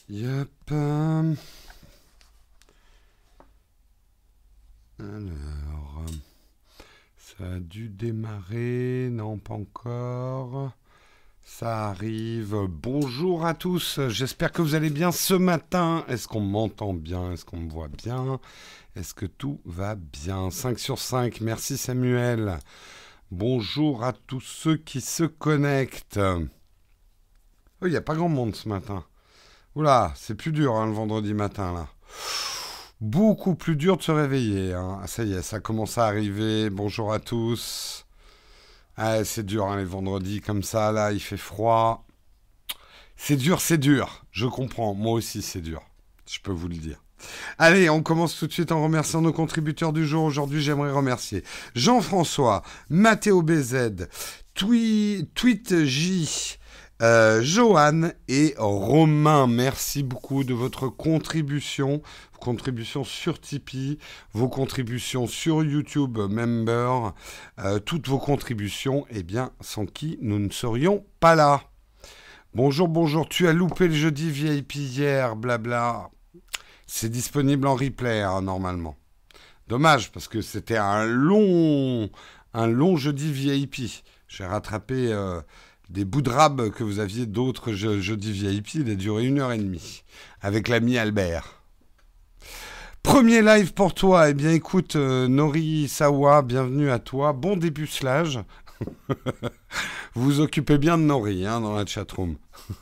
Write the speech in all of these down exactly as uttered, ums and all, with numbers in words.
Yep. euh, Alors, euh, ça a dû démarrer. Non, pas encore. Ça arrive. Bonjour à tous. J'espère que vous allez bien ce matin. Est-ce qu'on m'entend bien? Est-ce qu'on me voit bien? Est-ce que tout va bien? cinq sur cinq. Merci Samuel. Bonjour à tous ceux qui se connectent. Oh, il n'y a pas grand monde ce matin. Oula, c'est plus dur hein, le vendredi matin là. Beaucoup plus dur de se réveiller. Hein. Ça y est, ça commence à arriver. Bonjour à tous. Ah, c'est dur hein, les vendredis comme ça là, il fait froid. C'est dur, c'est dur. Je comprends. Moi aussi, c'est dur. Je peux vous le dire. Allez, on commence tout de suite en remerciant nos contributeurs du jour. Aujourd'hui, j'aimerais remercier Jean-François, Mathéo B Z, Twi- Tweet J, euh, Johan et Romain. Merci beaucoup de votre contribution. Vos contributions sur Tipeee, vos contributions sur YouTube Member, euh, toutes vos contributions, eh bien, sans qui nous ne serions pas là. Bonjour, bonjour, tu as loupé le jeudi V I P hier, blabla. C'est disponible en replay, hein, normalement. Dommage, parce que c'était un long, un long jeudi V I P. J'ai rattrapé euh, des bouts de rab que vous aviez d'autres je, jeudi V I P. Il a duré une heure et demie, avec l'ami Albert. Premier live pour toi. Eh bien, écoute, euh, Nori Sawa, bienvenue à toi. Bon dépucelage. Vous vous occupez bien de Nori, hein, dans la chatroom.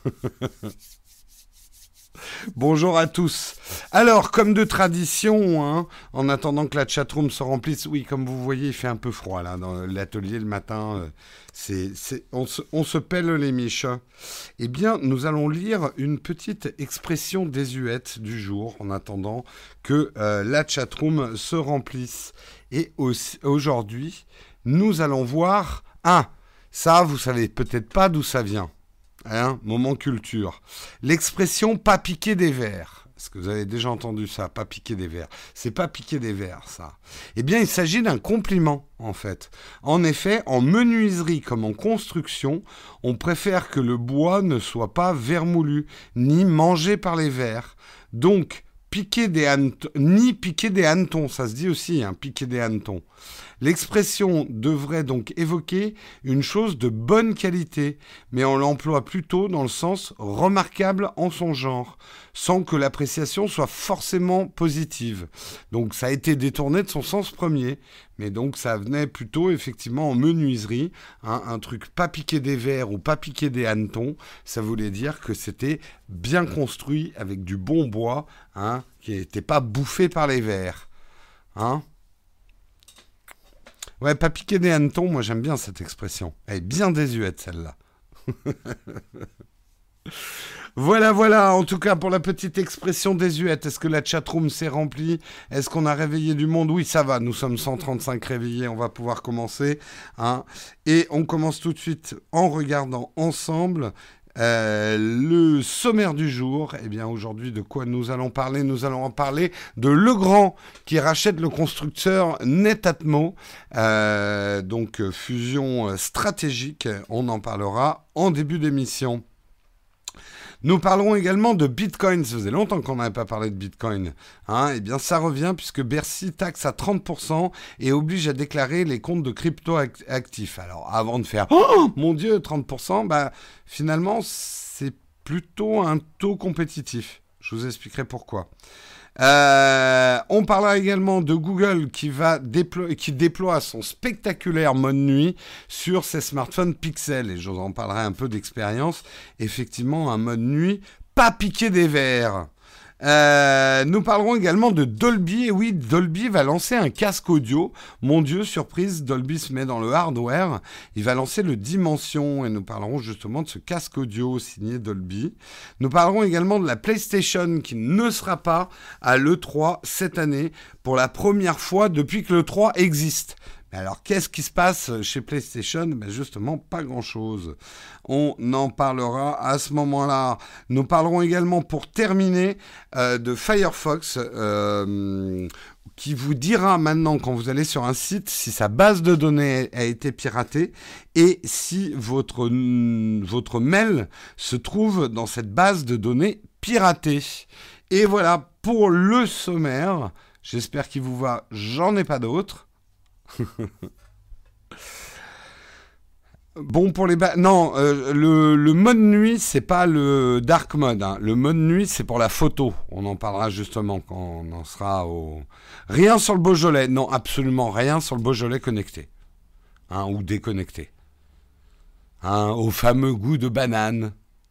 Bonjour à tous. Alors, comme de tradition, hein, en attendant que la chatroom se remplisse, oui, comme vous voyez, il fait un peu froid là dans l'atelier le matin. Euh, c'est, c'est, on, se, on se pèle les miches. Eh bien, nous allons lire une petite expression désuète du jour en attendant que euh, la chatroom se remplisse. Et aussi, aujourd'hui, nous allons voir... Ah, ça, vous savez peut-être pas d'où ça vient. Hein, moment culture. L'expression pas piquer des vers. Est-ce que vous avez déjà entendu ça? Pas piquer des vers. C'est pas piquer des vers, ça. Eh bien, il s'agit d'un compliment, en fait. En effet, en menuiserie comme en construction, on préfère que le bois ne soit pas vermoulu, ni mangé par les vers. Donc, piquer des hannetons, ni piquer des hannetons, ça se dit aussi, hein, piquer des hannetons. L'expression devrait donc évoquer une chose de bonne qualité, mais on l'emploie plutôt dans le sens remarquable en son genre, sans que l'appréciation soit forcément positive. Donc ça a été détourné de son sens premier, mais donc ça venait plutôt effectivement en menuiserie, hein, un truc pas piqué des vers ou pas piqué des hannetons, ça voulait dire que c'était bien construit avec du bon bois, hein, qui n'était pas bouffé par les vers. Hein? Ouais, pas piquer des hannetons, moi j'aime bien cette expression. Elle est bien désuète celle-là. Voilà, voilà, en tout cas pour la petite expression désuète. Est-ce que la chatroom s'est remplie? Est-ce qu'on a réveillé du monde? Oui, ça va, nous sommes cent trente-cinq réveillés, on va pouvoir commencer. Hein. Et on commence tout de suite en regardant ensemble Euh, le sommaire du jour. Eh bien, aujourd'hui, de quoi nous allons parler? Nous allons en parler de Legrand qui rachète le constructeur Netatmo. Euh, donc, fusion stratégique. On en parlera en début d'émission. Nous parlerons également de Bitcoin. Ça faisait longtemps qu'on n'avait pas parlé de Bitcoin. Hein, eh bien, ça revient puisque Bercy taxe à trente pour cent et oblige à déclarer les comptes de crypto-actifs. Alors, avant de faire « Oh, mon Dieu, trente pour cent », bah, finalement, c'est plutôt un taux compétitif. Je vous expliquerai pourquoi. Euh, on parlera également de Google qui, va déplo- qui déploie son spectaculaire mode nuit sur ses smartphones Pixel. Et je vous en parlerai un peu d'expérience. Effectivement, un mode nuit pas piqué des verres. Euh, nous parlerons également de Dolby. Et oui, Dolby va lancer un casque audio. Mon Dieu, surprise, Dolby se met dans le hardware. Il va lancer le Dimension et nous parlerons justement de ce casque audio signé Dolby. Nous parlerons également de la PlayStation qui ne sera pas à l'E trois cette année pour la première fois depuis que l'E trois existe. Mais alors, qu'est-ce qui se passe chez PlayStation? Ben justement, pas grand-chose. On en parlera à ce moment-là. Nous parlerons également, pour terminer, euh, de Firefox, euh, qui vous dira maintenant, quand vous allez sur un site, si sa base de données a été piratée et si votre, votre mail se trouve dans cette base de données pirater. Et voilà pour le sommaire. J'espère qu'il vous va. J'en ai pas d'autres. Bon, pour les... Ba... Non, euh, le, le mode nuit, c'est pas le dark mode. Hein. Le mode nuit, c'est pour la photo. On en parlera justement quand on en sera au... Rien sur le Beaujolais. Non, absolument rien sur le Beaujolais connecté. Hein, ou déconnecté. Hein, au fameux goût de banane.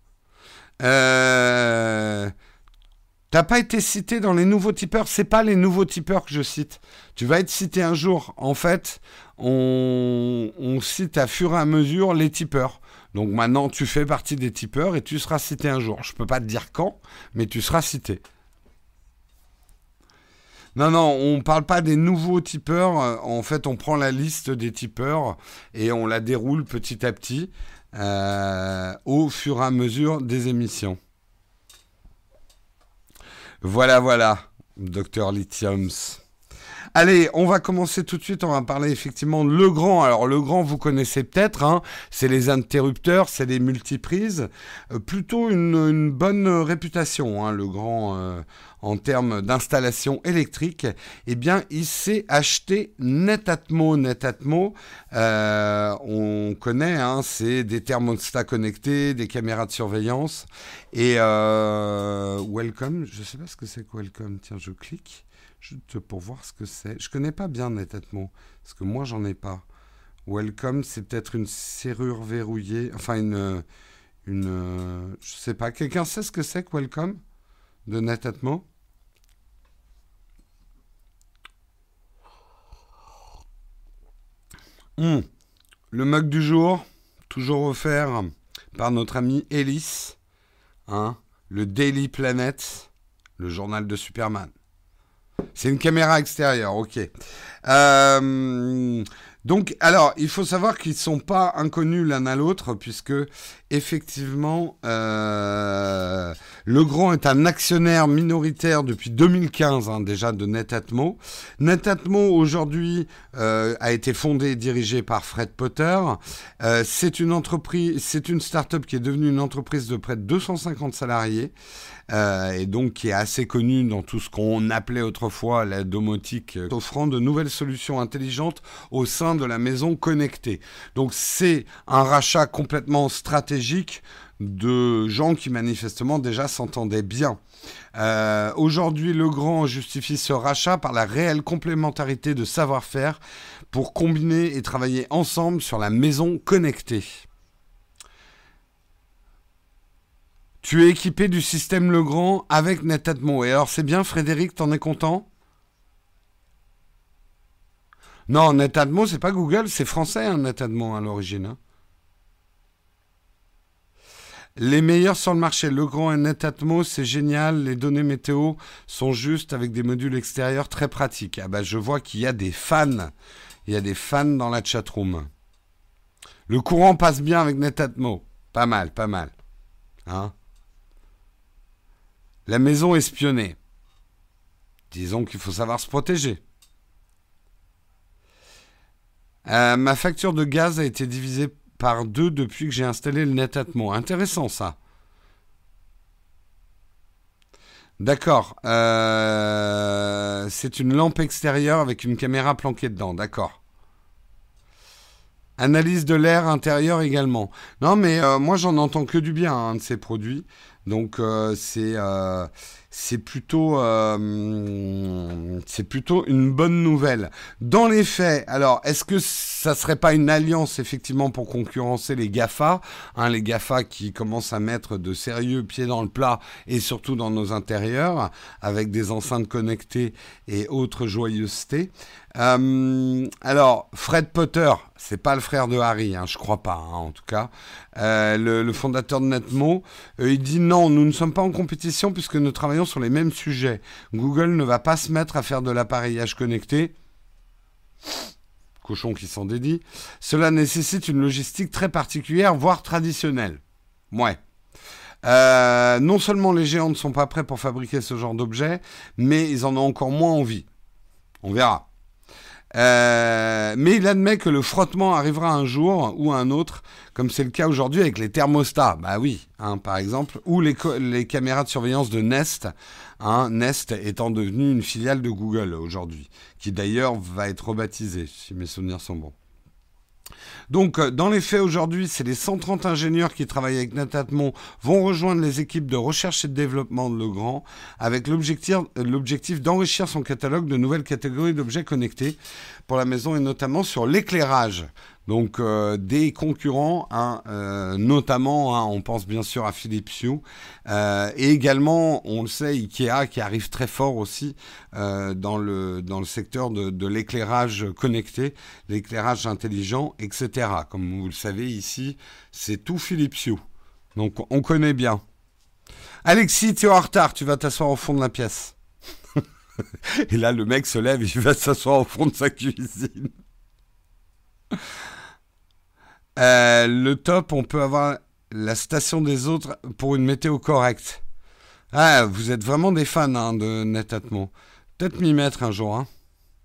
Euh... T'as pas été cité dans les nouveaux tipeurs. C'est pas les nouveaux tipeurs que je cite. Tu vas être cité un jour. En fait, on, on cite à fur et à mesure les tipeurs. Donc maintenant, tu fais partie des tipeurs et tu seras cité un jour. Je peux pas te dire quand, mais tu seras cité. Non, non, on parle pas des nouveaux tipeurs. En fait, on prend la liste des tipeurs et on la déroule petit à petit euh, au fur et à mesure des émissions. Voilà, voilà, docteur Lithiums. Allez, on va commencer tout de suite, on va parler effectivement de Legrand. Alors Legrand, vous connaissez peut-être, hein, c'est les interrupteurs, c'est les multiprises. Euh, plutôt une, une bonne réputation, hein, Legrand, euh, en termes d'installation électrique. Eh bien, il s'est acheté Netatmo. Netatmo, euh, on connaît, hein, c'est des thermostats connectés, des caméras de surveillance. Et euh, Welcome, je ne sais pas ce que c'est que Welcome, tiens, je clique. Juste pour voir ce que c'est. Je connais pas bien Netatmo, parce que moi, j'en ai pas. Welcome, c'est peut-être une serrure verrouillée, enfin une... une je sais pas. Quelqu'un sait ce que c'est que Welcome de Netatmo? Mmh. Le mug du jour, toujours offert par notre ami Ellis, hein, le Daily Planet, le journal de Superman. C'est une caméra extérieure, ok. Euh, donc, alors, il faut savoir qu'ils ne sont pas inconnus l'un à l'autre, puisque, effectivement, euh, Legrand est un actionnaire minoritaire depuis deux mille quinze, hein, déjà, de Netatmo. Netatmo, aujourd'hui, euh, a été fondé et dirigé par Fred Potter. Euh, c'est une entreprise, c'est une start-up qui est devenue une entreprise de près de deux cent cinquante salariés. Euh, et donc qui est assez connu dans tout ce qu'on appelait autrefois la domotique, euh, offrant de nouvelles solutions intelligentes au sein de la maison connectée. Donc c'est un rachat complètement stratégique de gens qui manifestement déjà s'entendaient bien. Euh, aujourd'hui, Legrand justifie ce rachat par la réelle complémentarité de savoir-faire pour combiner et travailler ensemble sur la maison connectée. Tu es équipé du système Legrand avec Netatmo. Et alors, c'est bien, Frédéric, t'en es content? Non, Netatmo, c'est pas Google, c'est français, hein, Netatmo, à l'origine. Hein. Les meilleurs sur le marché, Legrand et Netatmo, c'est génial. Les données météo sont justes avec des modules extérieurs très pratiques. Ah bah, je vois qu'il y a des fans. Il y a des fans dans la chatroom. Le courant passe bien avec Netatmo. Pas mal, pas mal. Hein? La maison espionnée. Disons qu'il faut savoir se protéger. Euh, ma facture de gaz a été divisée par deux depuis que j'ai installé le Netatmo. Intéressant ça. D'accord. Euh, c'est une lampe extérieure avec une caméra planquée dedans. D'accord. Analyse de l'air intérieur également. Non mais euh, moi j'en entends que du bien hein, de ces produits. Donc euh, c'est euh, c'est plutôt euh, c'est plutôt une bonne nouvelle. Dans les faits, alors est-ce que ça serait pas une alliance effectivement pour concurrencer les GAFA, hein, les GAFA qui commencent à mettre de sérieux pieds dans le plat et surtout dans nos intérieurs avec des enceintes connectées et autres joyeusetés. Euh, alors Fred Potter, c'est pas le frère de Harry, hein, je crois pas, hein, en tout cas. Euh, le, le fondateur de Netatmo, euh, il dit non, nous ne sommes pas en compétition puisque nous travaillons sur les mêmes sujets. Google ne va pas se mettre à faire de l'appareillage connecté. Cochon qui s'en dédie. Cela nécessite une logistique très particulière, voire traditionnelle. Ouais. Euh, non seulement les géants ne sont pas prêts pour fabriquer ce genre d'objet, mais ils en ont encore moins envie. On verra. Euh, mais il admet que le frottement arrivera un jour ou un autre, comme c'est le cas aujourd'hui avec les thermostats. Bah oui, hein, par exemple, ou les, co- les caméras de surveillance de Nest, hein, Nest étant devenu une filiale de Google aujourd'hui, qui d'ailleurs va être rebaptisée, si mes souvenirs sont bons. Donc, euh, dans les faits, aujourd'hui, c'est les cent trente ingénieurs qui travaillent avec Netatmo vont rejoindre les équipes de recherche et de développement de Legrand avec l'objectif, euh, l'objectif d'enrichir son catalogue de nouvelles catégories d'objets connectés pour la maison et notamment sur l'éclairage. Donc, euh, des concurrents, hein, euh, notamment, hein, on pense bien sûr à Philips Hue, euh, et également, on le sait, Ikea qui arrive très fort aussi euh, dans, le, dans le secteur de, de l'éclairage connecté, l'éclairage intelligent, et cetera. Comme vous le savez ici, c'est tout Philips Hue. Donc, on connaît bien. Alexis, tu es en retard, tu vas t'asseoir au fond de la pièce. Et là, le mec se lève, il va s'asseoir au fond de sa cuisine. Euh, le top, on peut avoir la station des autres pour une météo correcte. Ah, vous êtes vraiment des fans hein, de Netatmo. Peut-être m'y mettre un jour. Hein.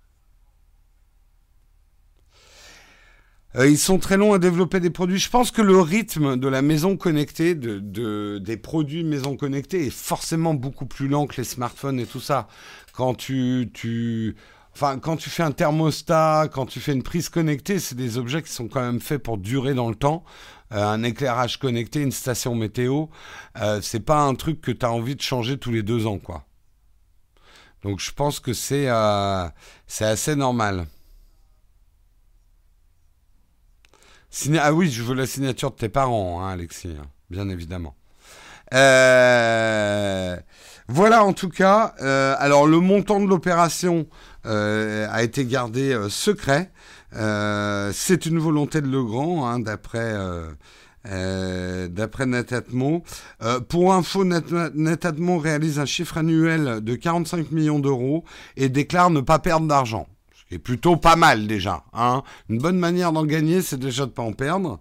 Euh, ils sont très longs à développer des produits. Je pense que le rythme de la maison connectée, de, de, des produits maison connectée, est forcément beaucoup plus lent que les smartphones et tout ça. Quand tu, tu, enfin, quand tu fais un thermostat, quand tu fais une prise connectée, c'est des objets qui sont quand même faits pour durer dans le temps. Euh, un éclairage connecté, une station météo, euh, c'est pas un truc que tu as envie de changer tous les deux ans, quoi. Donc je pense que c'est, euh, c'est assez normal. Signa- ah oui, je veux la signature de tes parents, hein, Alexis, hein, bien évidemment. Euh, voilà en tout cas. Euh, alors le montant de l'opération euh, a été gardé euh, secret. Euh, c'est une volonté de Legrand, hein, d'après euh, euh, d'après Netatmo. Euh, pour info, Net- Netatmo réalise un chiffre annuel de quarante-cinq millions d'euros et déclare ne pas perdre d'argent. Ce qui est plutôt pas mal déjà. Hein. Une bonne manière d'en gagner, c'est déjà de pas en perdre.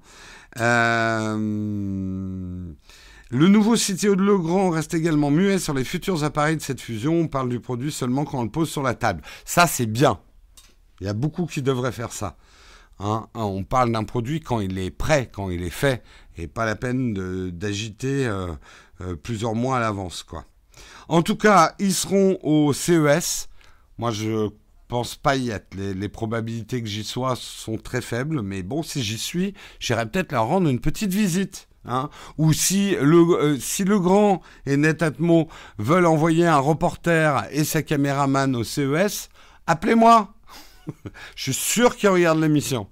Euh... Le nouveau C T O de Legrand reste également muet sur les futurs appareils de cette fusion. On parle du produit seulement quand on le pose sur la table. Ça, c'est bien. Il y a beaucoup qui devraient faire ça. Hein, on parle d'un produit quand il est prêt, quand il est fait, et pas la peine de, d'agiter euh, euh, plusieurs mois à l'avance, quoi. En tout cas, ils seront au C E S. Moi, je pense pas y être. Les, les probabilités que j'y sois sont très faibles, mais bon, si j'y suis, j'irai peut-être leur rendre une petite visite. Hein, ou si le, euh, si Legrand et Netatmo veulent envoyer un reporter et sa caméraman au C E S, appelez-moi. Je suis sûr qu'ils regardent l'émission.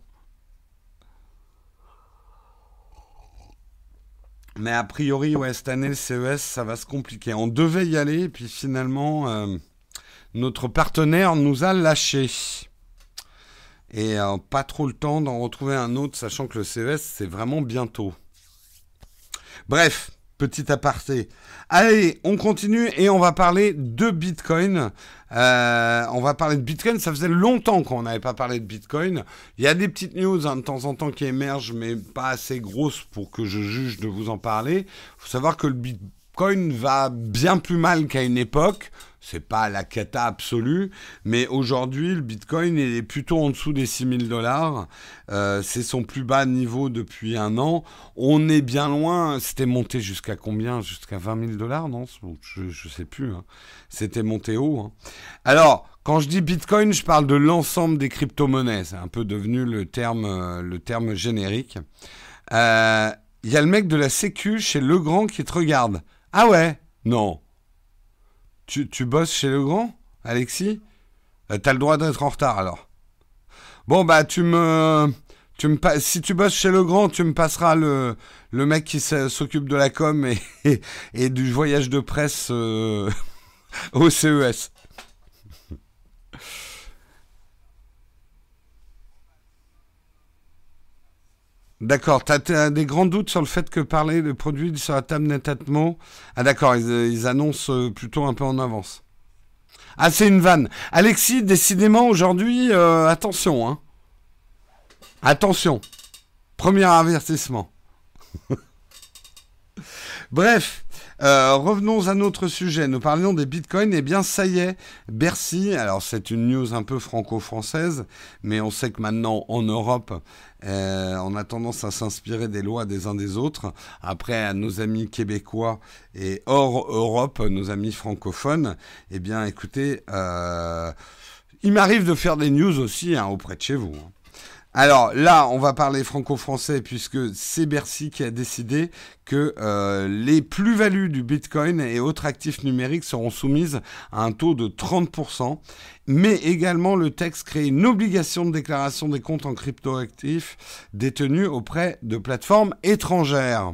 Mais a priori, ouais, cette année, le C E S, ça va se compliquer. On devait y aller, et puis finalement, euh, notre partenaire nous a lâchés. Et euh, pas trop le temps d'en retrouver un autre, sachant que le C E S, c'est vraiment bientôt. Bref, petit aparté. Allez, on continue et on va parler de Bitcoin. Euh, on va parler de Bitcoin. Ça faisait longtemps qu'on n'avait pas parlé de Bitcoin. Il y a des petites news hein, de temps en temps qui émergent, mais pas assez grosses pour que je juge de vous en parler. Il faut savoir que le Bitcoin va bien plus mal qu'à une époque. C'est pas la cata absolue, mais aujourd'hui, le Bitcoin il est plutôt en dessous des six mille dollars. Euh, c'est son plus bas niveau depuis un an. On est bien loin. C'était monté jusqu'à combien? Jusqu'à vingt mille dollars, non? Je, ne sais plus. Hein. C'était monté haut. Hein. Alors, quand je dis Bitcoin, je parle de l'ensemble des crypto-monnaies. C'est un peu devenu le terme, euh, le terme générique. Il euh, y a le mec de la Sécu chez Legrand qui te regarde. Ah ouais? Non. Tu, tu bosses chez Legrand, Alexis? euh, T'as le droit d'être en retard alors. Bon bah tu me, tu me, si tu bosses chez Legrand, tu me passeras le, le mec qui s'occupe de la com et, et, et du voyage de presse euh, au C E S. D'accord, t'as, t'as des grands doutes sur le fait que parler de produits sur la table Netatmo. Ah d'accord, ils, ils annoncent plutôt un peu en avance. Ah, c'est une vanne. Alexis, décidément, aujourd'hui, euh, attention. Hein. Attention. Premier avertissement. Bref. Euh, revenons à notre sujet. Nous parlions des bitcoins. Eh bien, ça y est, Bercy. Alors, c'est une news un peu franco-française, mais on sait que maintenant, en Europe, euh, on a tendance à s'inspirer des lois des uns des autres. Après, à nos amis québécois et hors Europe, nos amis francophones, eh bien, écoutez, euh, il m'arrive de faire des news aussi hein, auprès de chez vous. Hein. Alors là, on va parler franco-français puisque c'est Bercy qui a décidé que euh, les plus-values du Bitcoin et autres actifs numériques seront soumises à un taux de trente pour cent. Mais également, le texte crée une obligation de déclaration des comptes en crypto-actifs détenus auprès de plateformes étrangères.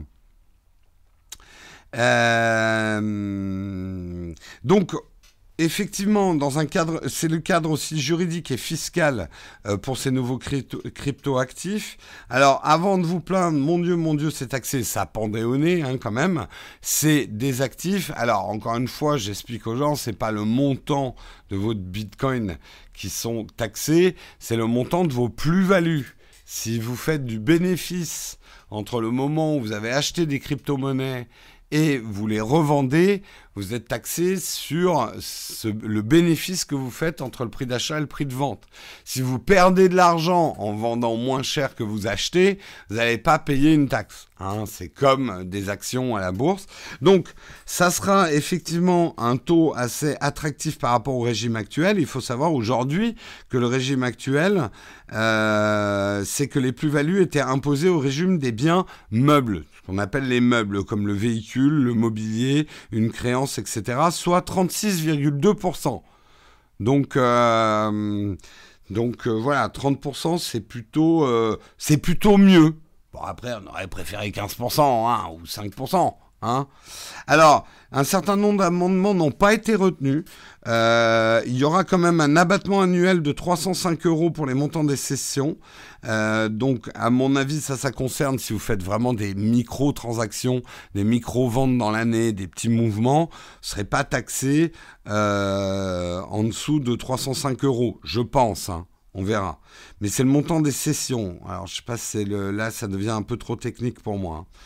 Euh, donc... Effectivement, dans un cadre, c'est le cadre aussi juridique et fiscal euh, pour ces nouveaux crypto, crypto-actifs. Alors, avant de vous plaindre, mon Dieu, mon Dieu, c'est taxé, ça pendait au nez hein, quand même. C'est des actifs. Alors, encore une fois, j'explique aux gens, c'est pas le montant de votre Bitcoin qui sont taxés, c'est le montant de vos plus-values. Si vous faites du bénéfice entre le moment où vous avez acheté des crypto-monnaies et vous les revendez, vous êtes taxé sur ce, le bénéfice que vous faites entre le prix d'achat et le prix de vente. Si vous perdez de l'argent en vendant moins cher que vous achetez, vous n'allez pas payer une taxe. Hein, c'est comme des actions à la bourse. Donc, ça sera effectivement un taux assez attractif par rapport au régime actuel. Il faut savoir aujourd'hui que le régime actuel, euh, c'est que les plus-values étaient imposées au régime des biens meubles, ce qu'on appelle les meubles, comme le véhicule, le mobilier, une créance, et cetera, soit trente-six virgule deux pour cent. Donc, euh, donc euh, voilà, trente pour cent, c'est plutôt, euh, c'est plutôt mieux. Bon, après, on aurait préféré quinze pour cent hein, ou cinq pour cent. Hein. Alors, un certain nombre d'amendements n'ont pas été retenus. Euh, il y aura quand même un abattement annuel de trois cent cinq euros pour les montants des cessions. Euh, donc, à mon avis, ça, ça concerne si vous faites vraiment des micro-transactions, des micro-ventes dans l'année, des petits mouvements, vous ne serez pas taxé euh, en dessous de trois cent cinq euros, je pense. Hein. On verra. Mais c'est le montant des cessions. Alors, je sais pas si c'est le... là, ça devient un peu trop technique pour moi. Hein.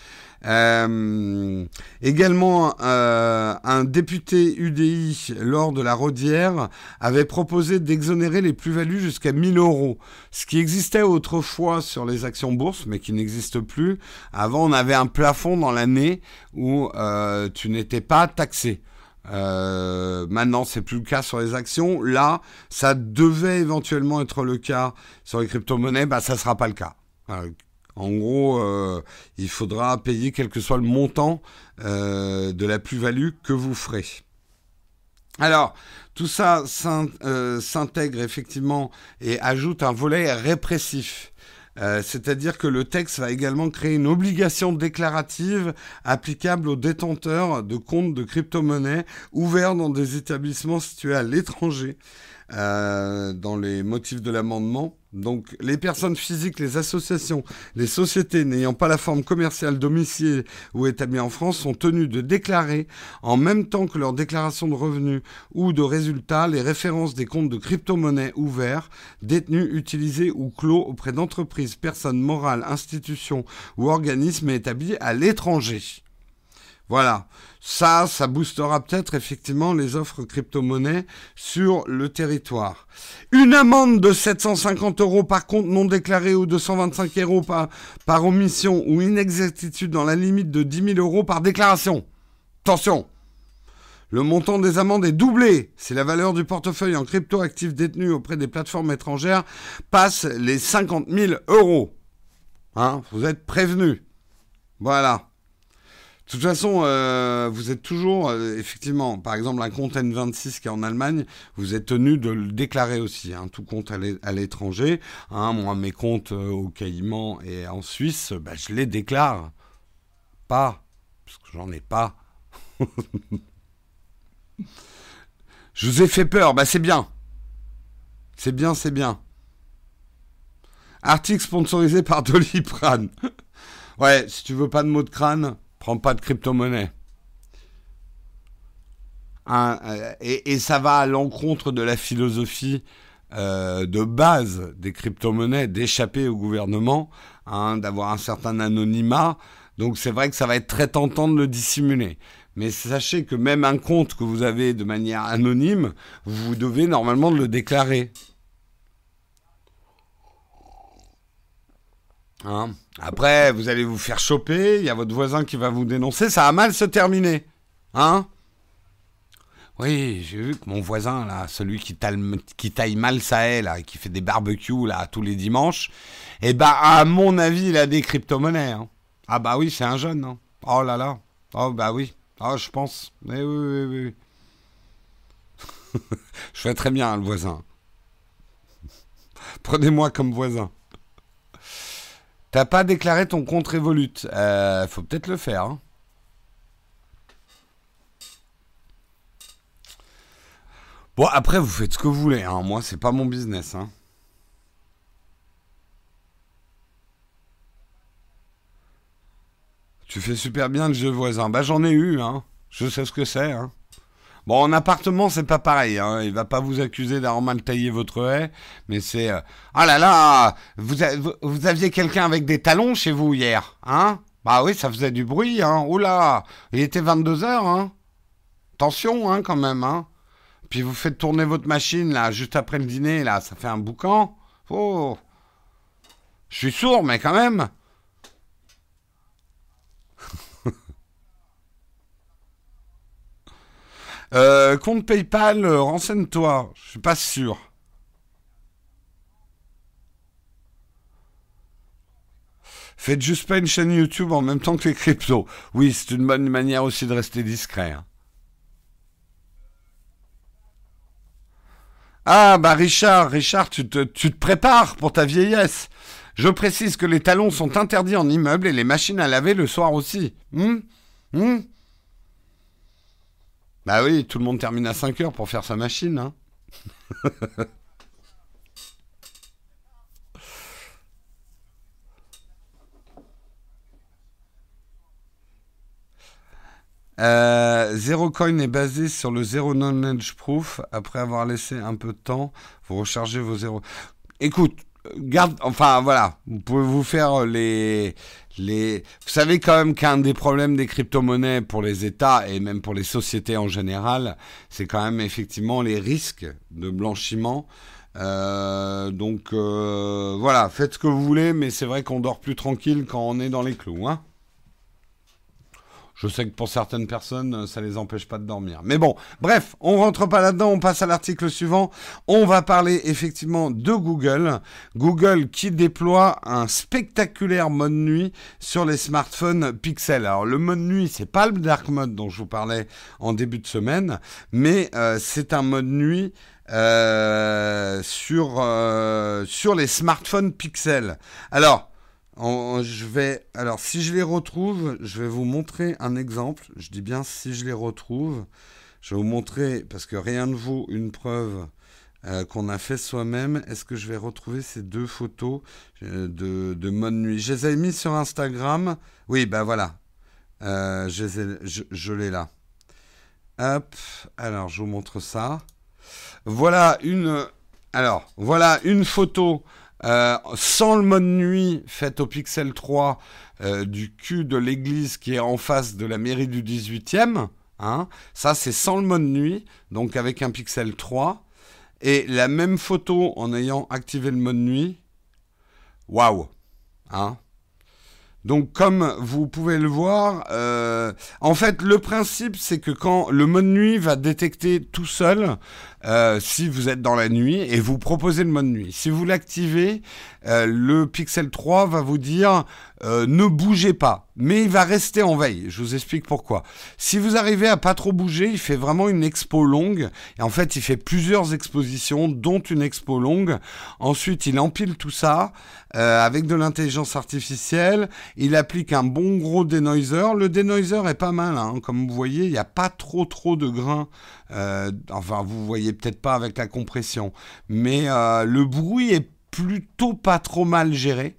Euh, également, euh, un député U D I, lors de la Rodière, avait proposé d'exonérer les plus-values jusqu'à mille euros. Ce qui existait autrefois sur les actions bourse, mais qui n'existe plus. Avant, on avait un plafond dans l'année où euh, tu n'étais pas taxé. Euh, maintenant, c'est plus le cas sur les actions. Là, ça devait éventuellement être le cas sur les crypto-monnaies. Bah, ça sera pas le cas. Euh, en gros, euh, il faudra payer quel que soit le montant euh, de la plus-value que vous ferez. Alors, tout ça euh, s'intègre effectivement et ajoute un volet répressif. Euh, c'est-à-dire que le texte va également créer une obligation déclarative applicable aux détenteurs de comptes de crypto-monnaies ouverts dans des établissements situés à l'étranger. Euh, dans les motifs de l'amendement. Donc, les personnes physiques, les associations, les sociétés n'ayant pas la forme commerciale domiciliée ou établie en France sont tenues de déclarer, en même temps que leur déclaration de revenus ou de résultats, les références des comptes de crypto-monnaies ouverts, détenus, utilisés ou clos auprès d'entreprises, personnes morales, institutions ou organismes établis à l'étranger. Voilà, ça, ça boostera peut-être effectivement les offres crypto-monnaies sur le territoire. Une amende de sept cent cinquante euros par compte non déclaré ou deux cent vingt-cinq euros par, par omission ou inexactitude dans la limite de dix mille euros par déclaration. Attention, le montant des amendes est doublé si la valeur du portefeuille en crypto-actifs détenu auprès des plateformes étrangères passe les cinquante mille euros. Hein, vous êtes prévenus. Voilà. De toute façon, euh, vous êtes toujours, euh, effectivement, par exemple, un compte N vingt-six qui est en Allemagne, vous êtes tenu de le déclarer aussi, hein, tout compte à l'étranger. Hein, moi, mes comptes euh, au Caïman et en Suisse, bah, je les déclare pas, parce que j'en ai pas. Je vous ai fait peur, bah c'est bien. C'est bien, c'est bien. Article sponsorisé par Doliprane. Ouais, si tu veux pas de mots de crâne... Prends pas de crypto-monnaie. Hein, euh, et, et ça va à l'encontre de la philosophie euh, de base des crypto-monnaies, d'échapper au gouvernement, hein, d'avoir un certain anonymat, Donc c'est vrai que ça va être très tentant de le dissimuler. Mais sachez que même un compte que vous avez de manière anonyme, vous devez normalement le déclarer. Hein? Après, vous allez vous faire choper, il y a votre voisin qui va vous dénoncer, ça va mal se terminer. Hein? Oui, j'ai vu que mon voisin, là, celui qui taille, qui taille mal sa haie, là, qui fait des barbecues, là, tous les dimanches, eh ben, à mon avis, il a des crypto-monnaies. Hein. Ah bah oui, c'est un jeune. Hein. Oh là là. Oh bah oui. Oh, je pense. Eh oui, oui, oui. oui. Je fais très bien, hein, le voisin. Prenez-moi comme voisin. T'as pas déclaré ton compte Revolut. Euh, faut peut-être le faire. Hein. Bon, après, vous faites ce que vous voulez. Hein. Moi, c'est pas mon business. Hein. Tu fais super bien le jeu voisin. Bah, j'en ai eu. Hein. Je sais ce que c'est. Hein. Bon, en appartement, c'est pas pareil. Hein. Il va pas vous accuser d'avoir mal taillé votre haie. Mais c'est... Euh... Ah là là, vous, a- vous vous aviez quelqu'un avec des talons chez vous hier. Hein? Bah oui, ça faisait du bruit. Hein. Oula, il était vingt-deux heures. Hein. Attention, hein, quand même. Hein. Puis vous faites tourner votre machine, là, juste après le dîner, là, ça fait un boucan. Oh, je suis sourd, mais quand même. Euh, compte PayPal, euh, renseigne-toi. Je suis pas sûr. Faites juste pas une chaîne YouTube en même temps que les cryptos. Oui, c'est une bonne manière aussi de rester discret. Hein. Ah, bah Richard, Richard, tu te, tu te prépares pour ta vieillesse. Je précise que les talons sont interdits en immeuble et les machines à laver le soir aussi. Hmm Hmm Bah oui, tout le monde termine à cinq heures pour faire sa machine. Hein. Euh, Zero Coin est basé sur le Zero Knowledge Proof. Après avoir laissé un peu de temps, vous rechargez vos zéros. Écoute, garde, enfin voilà, vous pouvez vous faire les, les. Vous savez quand même qu'un des problèmes des crypto-monnaies pour les États et même pour les sociétés en général, c'est quand même effectivement les risques de blanchiment. Euh, donc euh, voilà, faites ce que vous voulez, mais c'est vrai qu'on dort plus tranquille quand on est dans les clous, hein. Je sais que pour certaines personnes, ça les empêche pas de dormir. Mais bon, bref, on rentre pas là-dedans, on passe à l'article suivant. On va parler effectivement de Google. Google qui déploie un spectaculaire mode nuit sur les smartphones Pixel. Alors le mode nuit, c'est pas le dark mode dont je vous parlais en début de semaine, mais euh, c'est un mode nuit euh, sur, euh, sur les smartphones Pixel. Alors, en- je vais, alors, si je les retrouve, je vais vous montrer un exemple. Je dis bien si je les retrouve. Je vais vous montrer, parce que rien ne vaut une preuve euh, qu'on a fait soi-même. Est-ce que je vais retrouver ces deux photos euh, de, de mode nuit? Je les ai mis sur Instagram. Oui, ben voilà. Euh, je, les ai- je, je l'ai là. Hop. Alors, je vous montre ça. Voilà une. Alors, voilà une photo euh, sans le mode nuit faite au Pixel trois euh, du cul de l'église qui est en face de la mairie du dix-huitième. Hein. Ça, c'est sans le mode nuit, donc avec un Pixel trois. Et la même photo en ayant activé le mode nuit. Waouh! Hein. Donc, comme vous pouvez le voir, euh, en fait, le principe, c'est que quand le mode nuit va détecter tout seul euh, si vous êtes dans la nuit et vous proposez le mode nuit. Si vous l'activez, euh, le Pixel trois va vous dire euh, ne bougez pas, mais il va rester en veille. Je vous explique pourquoi. Si vous arrivez à pas trop bouger, il fait vraiment une expo longue. Et en fait, il fait plusieurs expositions, dont une expo longue. Ensuite, il empile tout ça euh, avec de l'intelligence artificielle. Il applique un bon gros denoiser. Le denoiser est pas mal, hein. Comme vous voyez, il n'y a pas trop trop de grains. Euh, enfin, vous voyez peut-être pas avec la compression, mais euh, le bruit est plutôt pas trop mal géré.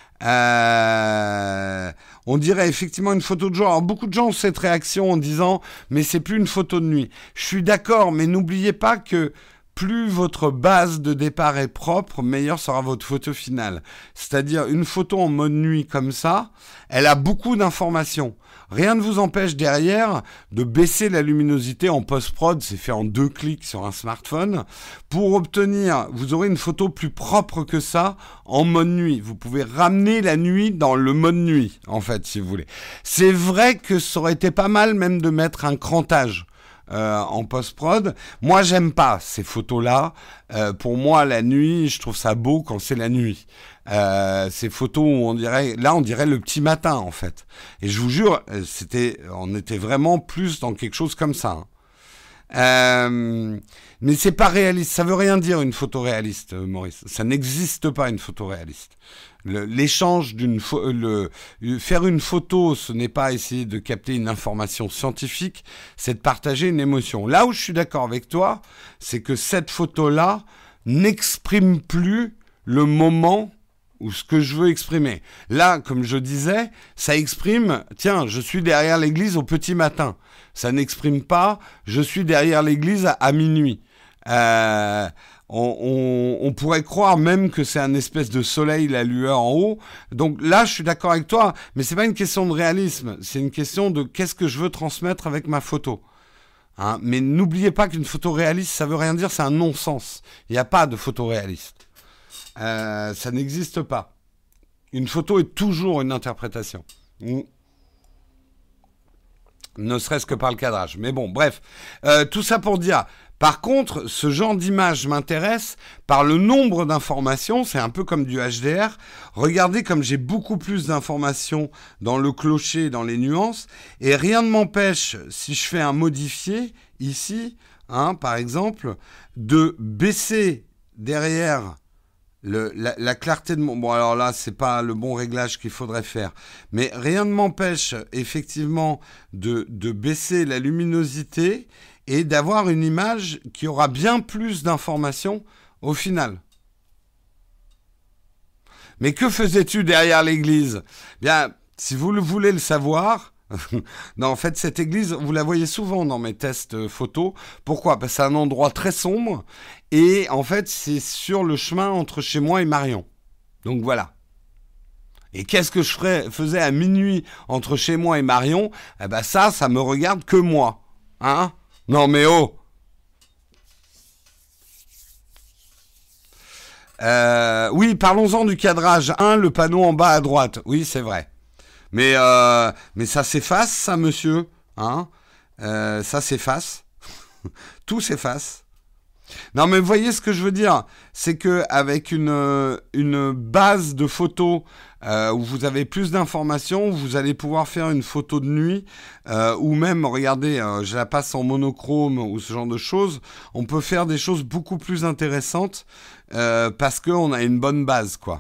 Euh, on dirait effectivement une photo de jour. Alors beaucoup de gens ont cette réaction en disant mais c'est plus une photo de nuit. Je suis d'accord, mais n'oubliez pas que plus votre base de départ est propre, meilleure sera votre photo finale. C'est-à-dire une photo en mode nuit comme ça, elle a beaucoup d'informations. Rien ne vous empêche derrière de baisser la luminosité en post-prod, c'est fait en deux clics sur un smartphone, pour obtenir, vous aurez une photo plus propre que ça en mode nuit. Vous pouvez ramener la nuit dans le mode nuit, en fait, si vous voulez. C'est vrai que ça aurait été pas mal même de mettre un crantage Euh, en post-prod. Moi, j'aime pas ces photos-là. Euh, pour moi, la nuit, je trouve ça beau quand c'est la nuit. Euh, ces photos où on dirait, là, on dirait le petit matin, en fait. Et je vous jure, c'était, on était vraiment plus dans quelque chose comme ça. Hein. Euh, mais c'est pas réaliste. Ça veut rien dire une photo réaliste, Maurice. Ça n'existe pas une photo réaliste. Le, l'échange d'une pho- le, faire une photo, ce n'est pas essayer de capter une information scientifique, c'est de partager une émotion. Là où je suis d'accord avec toi, c'est que cette photo-là n'exprime plus le moment ou ce que je veux exprimer. Là, comme je disais, ça exprime, tiens, je suis derrière l'église au petit matin. Ça n'exprime pas, je suis derrière l'église à, à minuit. Euh, On, on, on pourrait croire même que c'est un espèce de soleil, la lueur en haut. Donc là, je suis d'accord avec toi, mais c'est pas une question de réalisme, c'est une question de qu'est-ce que je veux transmettre avec ma photo. Hein, mais n'oubliez pas qu'une photo réaliste, ça veut rien dire, c'est un non-sens. Il n'y a pas de photo réaliste. Euh, ça n'existe pas. Une photo est toujours une interprétation. Mmh. Ne serait-ce que par le cadrage. Mais bon, bref. Euh, tout ça pour dire... Par contre, ce genre d'image m'intéresse par le nombre d'informations, c'est un peu comme du H D R. Regardez comme j'ai beaucoup plus d'informations dans le clocher, dans les nuances, et rien ne m'empêche, si je fais un modifié, ici, hein, par exemple, de baisser derrière le, la, la clarté de mon... Bon, alors là, c'est pas le bon réglage qu'il faudrait faire, mais rien ne m'empêche, effectivement, de, de baisser la luminosité et d'avoir une image qui aura bien plus d'informations au final. Mais que faisais-tu derrière l'église ? Bien, si vous le voulez le savoir, non, en fait, cette église, vous la voyez souvent dans mes tests photos. Pourquoi ? Parce que c'est un endroit très sombre et en fait, c'est sur le chemin entre chez moi et Marion. Donc voilà. Et qu'est-ce que je ferais, faisais à minuit entre chez moi et Marion ? Eh ben ça, ça me regarde que moi. Hein ? Non mais oh euh, Oui, parlons-en du cadrage. Un, le panneau en bas à droite. Oui, c'est vrai. Mais, euh, mais ça s'efface, ça, monsieur. Hein euh, ça s'efface. Tout s'efface. Non, mais vous voyez ce que je veux dire ? C'est qu'avec une, une base de photos euh, où vous avez plus d'informations, vous allez pouvoir faire une photo de nuit euh, ou même, regardez, euh, je la passe en monochrome ou ce genre de choses. On peut faire des choses beaucoup plus intéressantes euh, parce qu'on a une bonne base, quoi.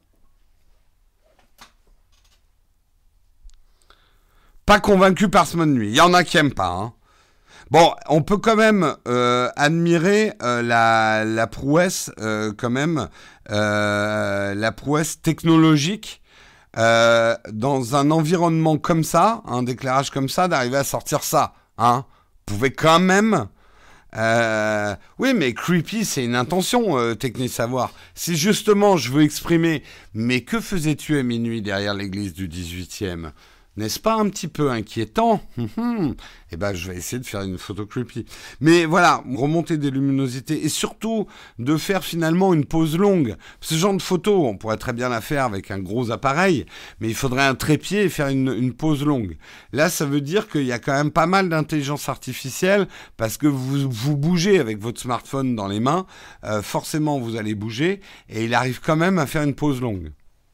Pas convaincu par ce mode nuit. Il y en a qui n'aiment pas, hein. Bon, on peut quand même euh, admirer euh, la, la prouesse, euh, quand même, euh, la prouesse technologique euh, dans un environnement comme ça, un éclairage comme ça, d'arriver à sortir ça. Hein. Vous pouvez quand même... Euh, oui, mais creepy, c'est une intention, euh, Techni Savoir. Si justement je veux exprimer, mais que faisais-tu à minuit derrière l'église du dix-huitième ? N'est-ce pas un petit peu inquiétant ? Eh ben, je vais essayer de faire une photo creepy. Mais voilà, remonter des luminosités et surtout de faire finalement une pause longue. Ce genre de photo, on pourrait très bien la faire avec un gros appareil, mais il faudrait un trépied et faire une, une pause longue. Là, ça veut dire qu'il y a quand même pas mal d'intelligence artificielle parce que vous, vous bougez avec votre smartphone dans les mains. Euh, forcément, vous allez bouger et il arrive quand même à faire une pause longue.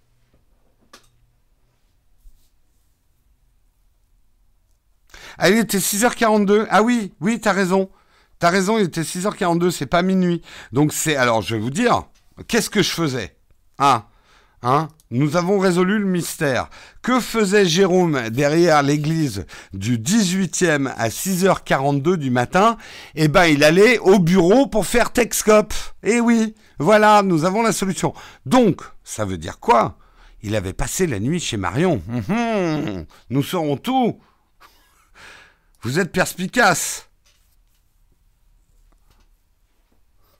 Ah, il était six heures quarante-deux. Ah oui, oui, t'as raison. T'as raison, il était six heures quarante-deux, c'est pas minuit. Donc c'est... Alors, je vais vous dire, qu'est-ce que je faisais ? Ah, hein ? Nous avons résolu le mystère. Que faisait Jérôme derrière l'église du dix-huitième à six heures quarante-deux du matin ? Eh ben, il allait au bureau pour faire Texcope. Eh oui, voilà, nous avons la solution. Donc, ça veut dire quoi ? Il avait passé la nuit chez Marion. Mmh, nous saurons tout. Vous êtes perspicace.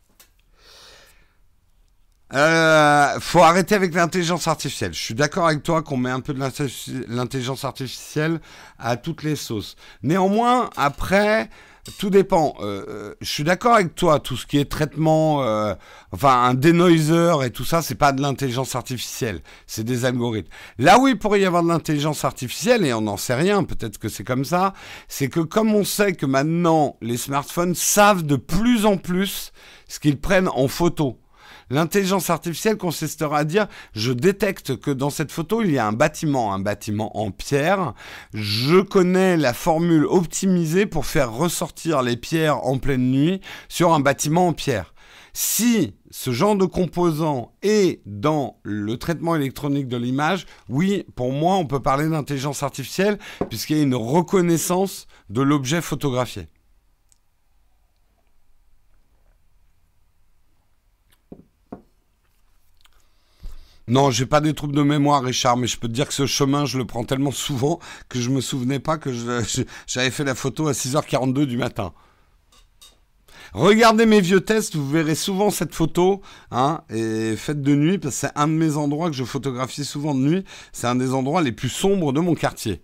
Euh, faut arrêter avec l'intelligence artificielle. Je suis d'accord avec toi qu'on met un peu de l'intelligence artificielle à toutes les sauces. Néanmoins, après, tout dépend. Euh, je suis d'accord avec toi. Tout ce qui est traitement, euh, enfin un denoiser et tout ça, c'est pas de l'intelligence artificielle. C'est des algorithmes. Là où il pourrait y avoir de l'intelligence artificielle, et on n'en sait rien, peut-être que c'est comme ça, c'est que comme on sait que maintenant les smartphones savent de plus en plus ce qu'ils prennent en photo. L'intelligence artificielle consistera à dire, je détecte que dans cette photo, il y a un bâtiment, un bâtiment en pierre. Je connais la formule optimisée pour faire ressortir les pierres en pleine nuit sur un bâtiment en pierre. Si ce genre de composant est dans le traitement électronique de l'image, oui, pour moi, on peut parler d'intelligence artificielle puisqu'il y a une reconnaissance de l'objet photographié. Non, j'ai pas des troubles de mémoire, Richard, mais je peux te dire que ce chemin, je le prends tellement souvent que je me souvenais pas que je, je, j'avais fait la photo à six heures quarante-deux du matin. Regardez mes vieux tests, vous verrez souvent cette photo, hein, et faite de nuit, parce que c'est un de mes endroits que je photographie souvent de nuit. C'est un des endroits les plus sombres de mon quartier.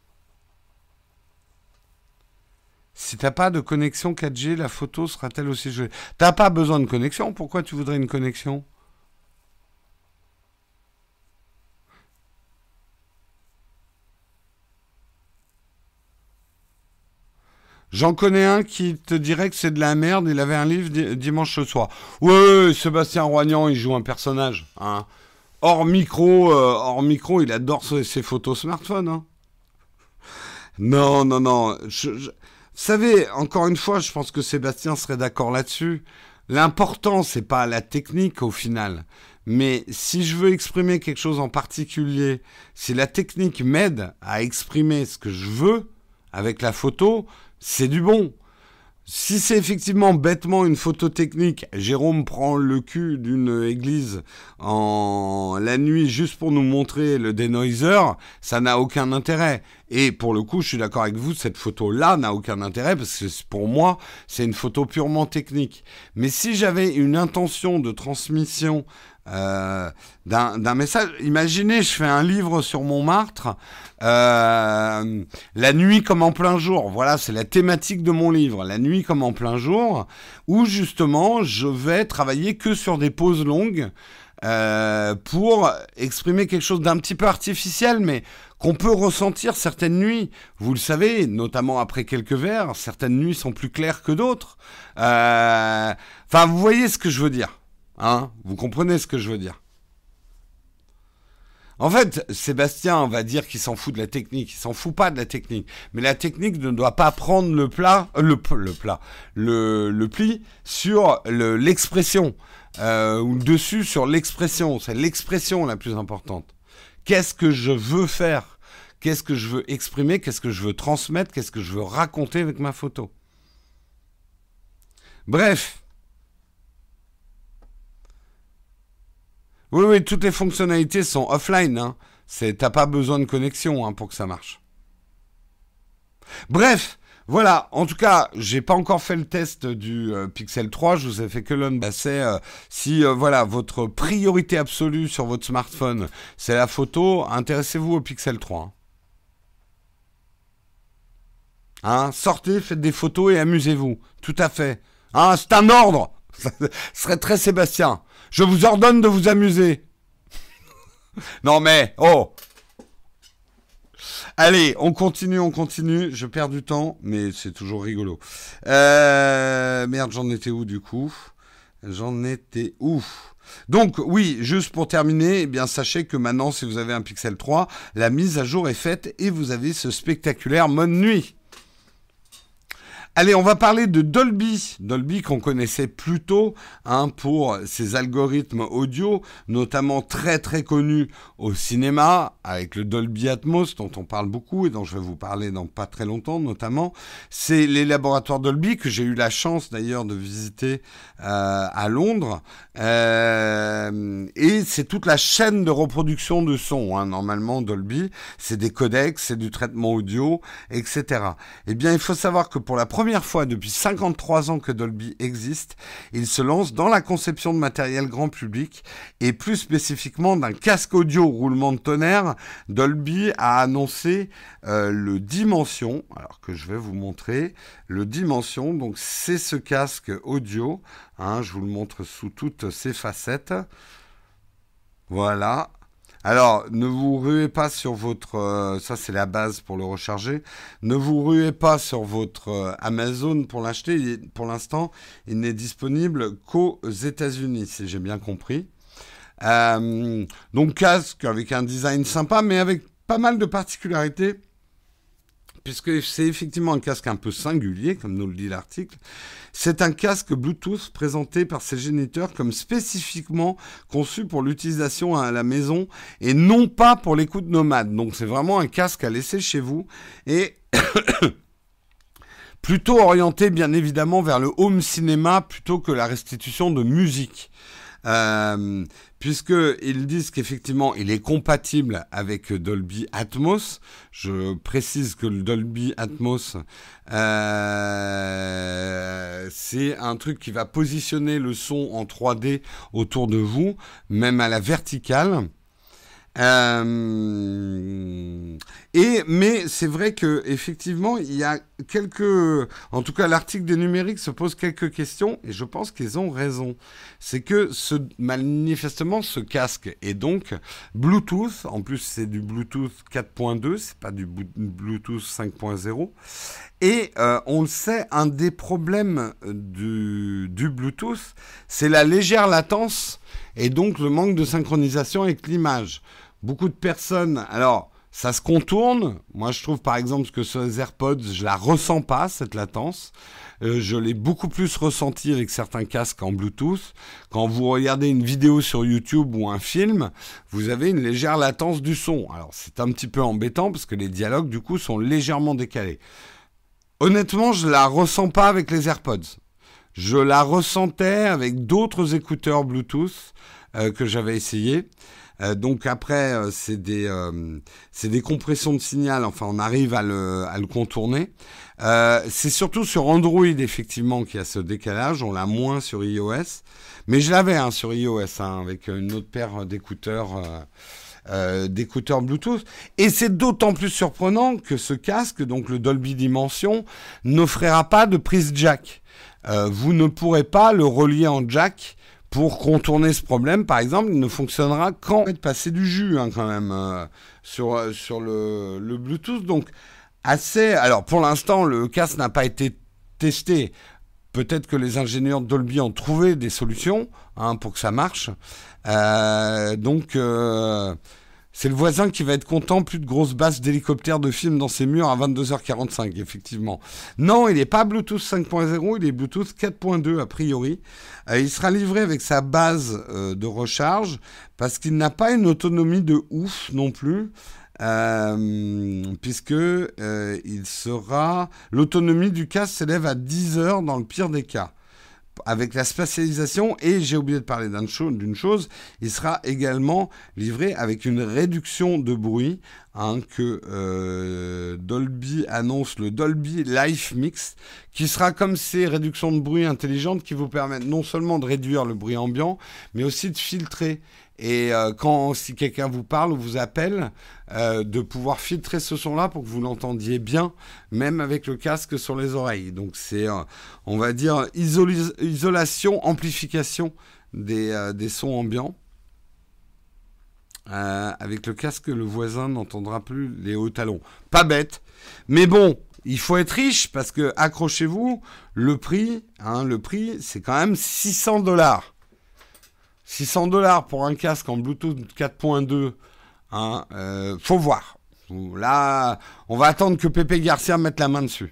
Si t'as pas de connexion quatre G, la photo sera-t-elle aussi jolie? T'as pas besoin de connexion, pourquoi tu voudrais une connexion? J'en connais un qui te dirait que c'est de la merde, il avait un livre di- dimanche ce soir. Ouais, Sébastien Roignan, il joue un personnage. Hein. Hors micro, euh, hors micro, il adore ses, ses photos smartphone. Hein. Non, non, non. Je, je... Vous savez, encore une fois, je pense que Sébastien serait d'accord là-dessus. L'important, c'est pas la technique au final. Mais si je veux exprimer quelque chose en particulier, si la technique m'aide à exprimer ce que je veux avec la photo, c'est du bon. Si c'est effectivement bêtement une photo technique, Jérôme prend le cul d'une église en la nuit juste pour nous montrer le denoiser, ça n'a aucun intérêt. Et pour le coup, je suis d'accord avec vous, cette photo-là n'a aucun intérêt parce que pour moi, c'est une photo purement technique. Mais si j'avais une intention de transmission euh, d'un, d'un message, imaginez, je fais un livre sur Montmartre, euh, la nuit comme en plein jour. Voilà, c'est la thématique de mon livre, la nuit comme en plein jour, où justement, je vais travailler que sur des pauses longues. Euh, pour exprimer quelque chose d'un petit peu artificiel, mais qu'on peut ressentir certaines nuits. Vous le savez, notamment après quelques verres, certaines nuits sont plus claires que d'autres. Euh, Enfin, vous voyez ce que je veux dire, hein? Vous comprenez ce que je veux dire? En fait, Sébastien va dire qu'il s'en fout de la technique. Il s'en fout pas de la technique. Mais la technique ne doit pas prendre le plat, euh, le, le plat, le, le pli sur le, l'expression. Euh, ou le dessus sur l'expression. C'est l'expression la plus importante. Qu'est-ce que je veux faire? Qu'est-ce que je veux exprimer? Qu'est-ce que je veux transmettre? Qu'est-ce que je veux raconter avec ma photo? Bref. Oui, oui, toutes les fonctionnalités sont offline. Hein. C'est, t'as pas besoin de connexion hein, pour que ça marche. Bref, voilà. En tout cas, j'ai pas encore fait le test du euh, Pixel trois. Je vous ai fait que l'un. Bah, c'est euh, si euh, voilà votre priorité absolue sur votre smartphone, c'est la photo. Intéressez-vous au Pixel trois. Hein, sortez, faites des photos et amusez-vous. Tout à fait. Hein, c'est un ordre. Ce serait très Sébastien. Je vous ordonne de vous amuser. Non mais, oh. Allez, on continue, on continue. Je perds du temps, mais c'est toujours rigolo. Euh, merde, j'en étais où du coup? J'en étais où? Donc oui, juste pour terminer, eh bien sachez que maintenant, si vous avez un Pixel trois, la mise à jour est faite et vous avez ce spectaculaire mode nuit. Allez, on va parler de Dolby. Dolby qu'on connaissait plus tôt hein, pour ses algorithmes audio, notamment très très connus au cinéma, avec le Dolby Atmos dont on parle beaucoup et dont je vais vous parler dans pas très longtemps notamment. C'est les laboratoires Dolby que j'ai eu la chance d'ailleurs de visiter euh, à Londres. Euh, et c'est toute la chaîne de reproduction de son. Hein, normalement, Dolby, c'est des codecs, c'est du traitement audio, et cetera. Eh bien, il faut savoir que pour la première première fois depuis cinquante-trois ans que Dolby existe, il se lance dans la conception de matériel grand public et plus spécifiquement d'un casque audio roulement de tonnerre. Dolby a annoncé euh, le Dimension, alors que je vais vous montrer. Le Dimension, donc c'est ce casque audio, hein, je vous le montre sous toutes ses facettes. Voilà. Alors, ne vous ruez pas sur votre... Euh, ça, c'est la base pour le recharger. Ne vous ruez pas sur votre euh, Amazon pour l'acheter. Pour l'instant, il n'est disponible qu'aux États-Unis, si j'ai bien compris. Euh, donc, casque avec un design sympa, mais avec pas mal de particularités, puisque c'est effectivement un casque un peu singulier, comme nous le dit l'article. C'est un casque Bluetooth présenté par ses géniteurs comme spécifiquement conçu pour l'utilisation à la maison et non pas pour l'écoute nomade. Donc c'est vraiment un casque à laisser chez vous et plutôt orienté bien évidemment vers le home cinéma plutôt que la restitution de musique. Euh, puisqu'ils disent qu'effectivement il est compatible avec Dolby Atmos. Je précise que le Dolby Atmos, euh, c'est un truc qui va positionner le son en trois D autour de vous, même à la verticale. Euh, et mais c'est vrai que effectivement il y a quelques, en tout cas l'article des numériques se pose quelques questions et je pense qu'ils ont raison. C'est que ce manifestement ce casque est donc Bluetooth, en plus c'est du Bluetooth quatre point deux, c'est pas du Bluetooth cinq point zéro. Et euh, on le sait, un des problèmes du, du Bluetooth, c'est la légère latence et donc le manque de synchronisation avec l'image. Beaucoup de personnes, alors ça se contourne. Moi je trouve par exemple que sur les AirPods, je la ressens pas cette latence. Euh, je l'ai beaucoup plus ressenti avec certains casques en Bluetooth. Quand vous regardez une vidéo sur YouTube ou un film, vous avez une légère latence du son. Alors c'est un petit peu embêtant parce que les dialogues du coup sont légèrement décalés. Honnêtement, je la ressens pas avec les AirPods. Je la ressentais avec d'autres écouteurs Bluetooth euh, que j'avais essayé. Euh, donc après, euh, c'est des, euh, c'est des compressions de signal. Enfin, on arrive à le, à le contourner. Euh, c'est surtout sur Android, effectivement, qu'il y a ce décalage. On l'a moins sur iOS. Mais je l'avais hein, sur iOS, hein, avec une autre paire d'écouteurs, euh, euh, d'écouteurs Bluetooth. Et c'est d'autant plus surprenant que ce casque, donc le Dolby Dimension, n'offrira pas de prise jack. Euh, vous ne pourrez pas le relier en jack. Pour contourner ce problème, par exemple, il ne fonctionnera qu'en fait, passer du jus hein, quand même euh, sur, euh, sur le, le Bluetooth. Donc, assez. Alors, pour l'instant, le casque n'a pas été testé. Peut-être que les ingénieurs de Dolby ont trouvé des solutions hein, pour que ça marche. Euh, donc, euh, c'est le voisin qui va être content. Plus de grosses basses d'hélicoptères de film dans ses murs à vingt-deux heures quarante-cinq, effectivement. Non, il n'est pas Bluetooth cinq point zéro, il est Bluetooth quatre point deux a priori. Euh, il sera livré avec sa base euh, de recharge parce qu'il n'a pas une autonomie de ouf non plus. Euh, puisque euh, il sera l'autonomie du casque s'élève à dix heures dans le pire des cas. Avec la spatialisation, et j'ai oublié de parler d'une chose, d'une chose, il sera également livré avec une réduction de bruit hein, que euh, Dolby annonce, le Dolby Life Mix, qui sera comme ces réductions de bruit intelligentes qui vous permettent non seulement de réduire le bruit ambiant, mais aussi de filtrer. Et euh, quand si quelqu'un vous parle ou vous appelle, euh, de pouvoir filtrer ce son-là pour que vous l'entendiez bien, même avec le casque sur les oreilles. Donc c'est, euh, on va dire, isolis- isolation, amplification des, euh, des sons ambiants. Euh, avec le casque, le voisin n'entendra plus les hauts talons. Pas bête, mais bon, il faut être riche parce que, accrochez-vous, le prix, hein, le prix, c'est quand même six cents dollars. six cents dollars pour un casque en Bluetooth quatre point deux, hein, euh, faut voir. Là, on va attendre que Pepe Garcia mette la main dessus.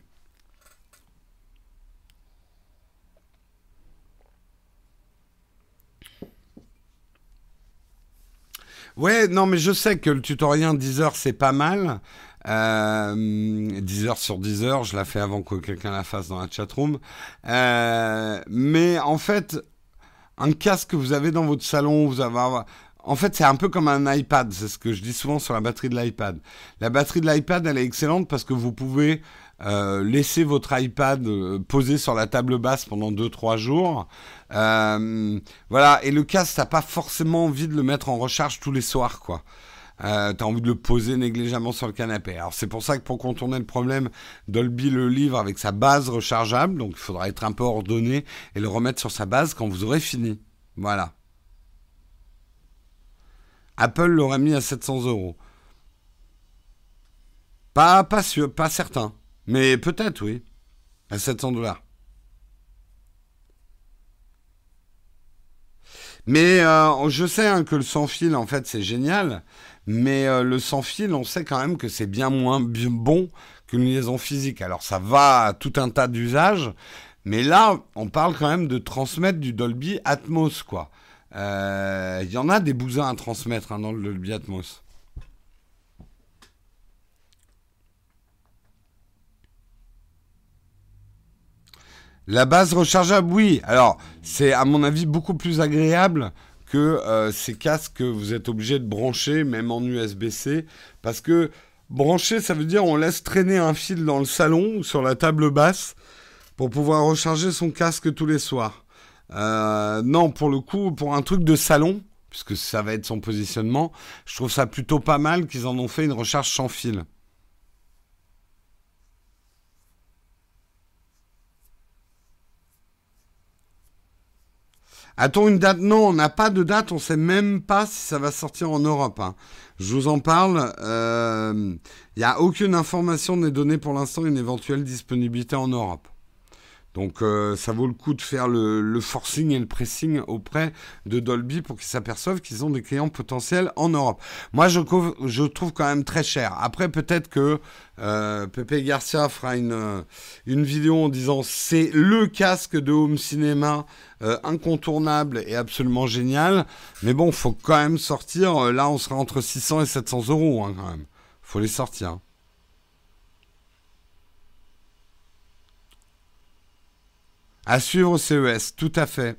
Ouais, non, mais je sais que le tutoriel dix heures, c'est pas mal. Euh, dix heures sur dix heures, je la fais avant que quelqu'un la fasse dans la chatroom. Euh, mais en fait... Un casque que vous avez dans votre salon, vous avez... En fait, c'est un peu comme un iPad. C'est ce que je dis souvent sur la batterie de l'iPad. La batterie de l'iPad, elle est excellente parce que vous pouvez Euh, laissez votre iPad euh, posé sur la table basse pendant deux trois jours. Euh, voilà, et le casque, t'as pas forcément envie de le mettre en recharge tous les soirs, quoi. Euh, t'as envie de le poser négligemment sur le canapé. Alors c'est pour ça que pour contourner le problème, Dolby le livre avec sa base rechargeable, donc il faudra être un peu ordonné et le remettre sur sa base quand vous aurez fini. Voilà. Apple l'aurait mis à sept cents euros. Pas, pas sûr, pas certain. Mais peut-être, oui. À sept cents dollars. Mais euh, je sais hein, que le sans fil, en fait, c'est génial. Mais euh, le sans fil, on sait quand même que c'est bien moins bien bon qu'une liaison physique. Alors, ça va à tout un tas d'usages. Mais là, on parle quand même de transmettre du Dolby Atmos, quoi. Euh, Il y en a des bousins à transmettre hein, dans le Dolby Atmos. La base rechargeable, oui. Alors, c'est à mon avis beaucoup plus agréable que euh, ces casques que vous êtes obligé de brancher, même en U S B-C. Parce que brancher, ça veut dire on laisse traîner un fil dans le salon ou sur la table basse pour pouvoir recharger son casque tous les soirs. Euh, non, pour le coup, pour un truc de salon, puisque ça va être son positionnement, je trouve ça plutôt pas mal qu'ils en ont fait une recharge sans fil. A-t-on une date? Non, on n'a pas de date, on ne sait même pas si ça va sortir en Europe. Hein. Je vous en parle, il euh, n'y a aucune information n'est donnée pour l'instant une éventuelle disponibilité en Europe. Donc euh, ça vaut le coup de faire le, le forcing et le pressing auprès de Dolby pour qu'ils s'aperçoivent qu'ils ont des clients potentiels en Europe. Moi, je, trouve- je trouve quand même très cher. Après, peut-être que euh, Pepe Garcia fera une, euh, une vidéo en disant c'est le casque de home cinéma euh, incontournable et absolument génial. Mais bon, faut quand même sortir. Euh, Là, on sera entre six cents et sept cents euros hein, quand même. Faut les sortir. À suivre au C E S, tout à fait.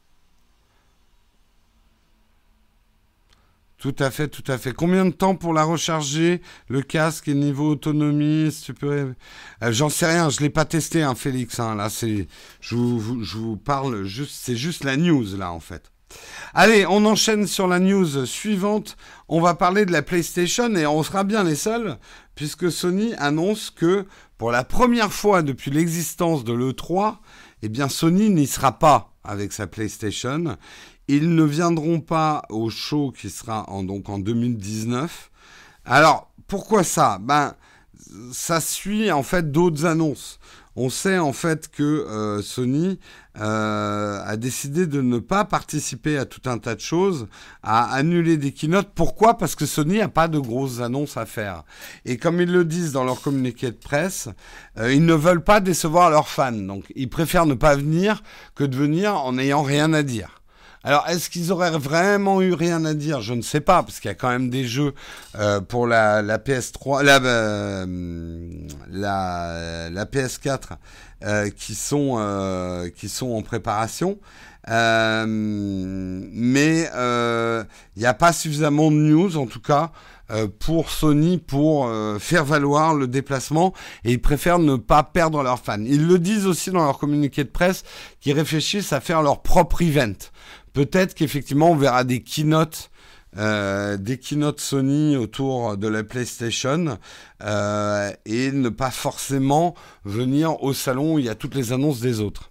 Tout à fait, tout à fait. Combien de temps pour la recharger, le casque et niveau autonomie, si tu peux... Euh, j'en sais rien, je l'ai pas testé, hein, Félix. Hein, là, c'est, je vous, je vous parle juste, c'est juste la news là en fait. Allez, on enchaîne sur la news suivante. On va parler de la PlayStation et on sera bien les seuls, puisque Sony annonce que pour la première fois depuis l'existence de l'E trois, eh bien Sony n'y sera pas avec sa PlayStation. Ils ne viendront pas au show qui sera en, donc en deux mille dix-neuf. Alors, pourquoi ça? Ben, ça suit en fait d'autres annonces. On sait en fait que euh, Sony euh, a décidé de ne pas participer à tout un tas de choses, à annuler des keynotes. Pourquoi? Parce que Sony n'a pas de grosses annonces à faire. Et comme ils le disent dans leur communiqué de presse, euh, ils ne veulent pas décevoir leurs fans. Donc ils préfèrent ne pas venir que de venir en n'ayant rien à dire. Alors, est-ce qu'ils auraient vraiment eu rien à dire? Je ne sais pas, parce qu'il y a quand même des jeux euh, pour la, la P S trois, la, euh, la, la P S quatre euh, qui sont euh, qui sont en préparation. Euh, mais euh, il n'y a pas suffisamment de news, en tout cas, euh, pour Sony pour euh, faire valoir le déplacement, et ils préfèrent ne pas perdre leurs fans. Ils le disent aussi dans leur communiqué de presse, qu'ils réfléchissent à faire leur propre event. Peut-être qu'effectivement, on verra des keynotes, euh, des keynotes Sony autour de la PlayStation euh, et ne pas forcément venir au salon où il y a toutes les annonces des autres.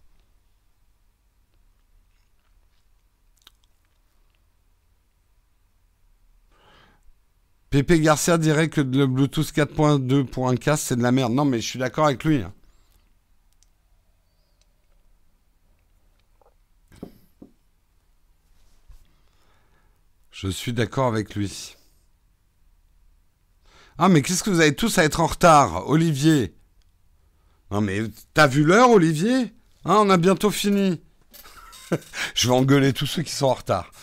Pepe Garcia dirait que le Bluetooth quatre point deux pour un casque, c'est de la merde. Non, mais je suis d'accord avec lui. Hein. Je suis d'accord avec lui. Ah, mais qu'est-ce que vous avez tous à être en retard, Olivier? Non, mais t'as vu l'heure, Olivier? Hein, on a bientôt fini. Je vais engueuler tous ceux qui sont en retard.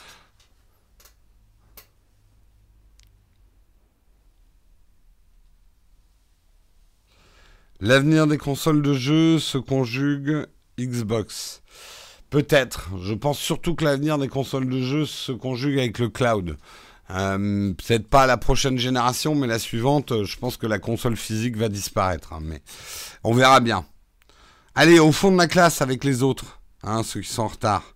L'avenir des consoles de jeux se conjugue Xbox. Peut-être. Je pense surtout que l'avenir des consoles de jeux se conjugue avec le cloud. Euh, peut-être pas la prochaine génération, mais la suivante, euh, je pense que la console physique va disparaître. Hein, mais on verra bien. Allez, au fond de la classe avec les autres, hein, ceux qui sont en retard.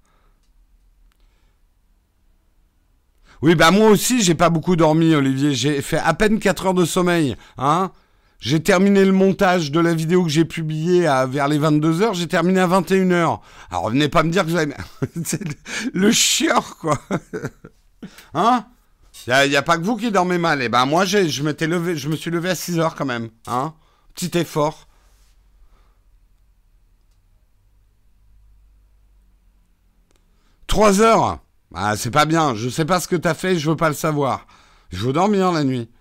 Oui, bah moi aussi, j'ai pas beaucoup dormi, Olivier. J'ai fait à peine quatre heures de sommeil. Hein. J'ai terminé le montage de la vidéo que j'ai publiée à, vers les vingt-deux heures. J'ai terminé à vingt et une heures. Alors, venez pas me dire que vous avez... C'est le, le chieur, quoi. Hein. Il n'y a, a pas que vous qui dormez mal. Eh ben, moi, j'ai, je, m'étais levé, je me suis levé à six heures quand même. Hein. Petit effort. trois heures. Ah, c'est pas bien. Je sais pas ce que t'as fait, je veux pas le savoir. Je veux dormir la nuit.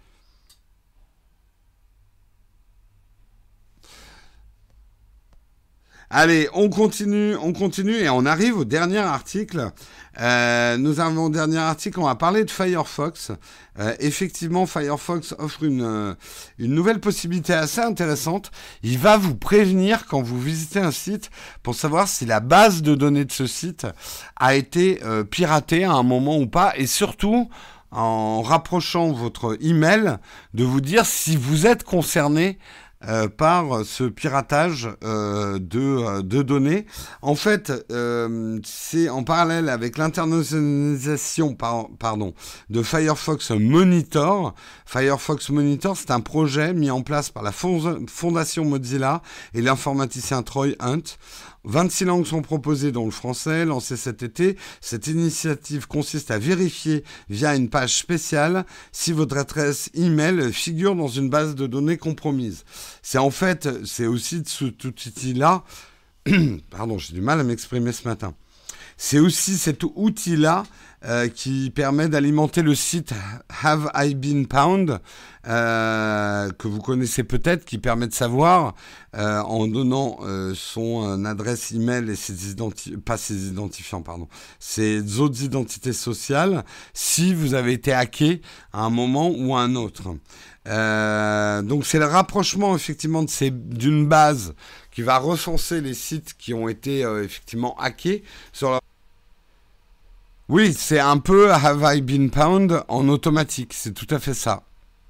Allez, on continue, on continue et on arrive au dernier article. Euh, nous avons au dernier article, on va parler de Firefox. Euh, effectivement, Firefox offre une, euh, une nouvelle possibilité assez intéressante. Il va vous prévenir quand vous visitez un site pour savoir si la base de données de ce site a été euh, piratée à un moment ou pas. Et surtout, en rapprochant votre email, de vous dire si vous êtes concerné Euh, par ce piratage euh, de, euh, de données. En fait, euh, c'est en parallèle avec l'internationalisation par, pardon, de Firefox Monitor. Firefox Monitor, c'est un projet mis en place par la Fondation Mozilla et l'informaticien Troy Hunt. vingt-six langues sont proposées, dont le français, lancé cet été. Cette initiative consiste à vérifier via une page spéciale si votre adresse email figure dans une base de données compromise. C'est en fait, c'est aussi de ce tout outil-là, pardon, j'ai du mal à m'exprimer ce matin. C'est aussi cet outil-là euh, qui permet d'alimenter le site Have I Been Pwned, euh, que vous connaissez peut-être, qui permet de savoir, euh, en donnant euh, son euh, adresse email et ses identi- pas ses identifiants, pardon, ses autres identités sociales, si vous avez été hacké à un moment ou à un autre. Euh, donc c'est le rapprochement effectivement de ces, d'une base qui va recenser les sites qui ont été euh, effectivement hackés sur leur... Oui, c'est un peu Have I Been Pwned en automatique, c'est tout à fait ça.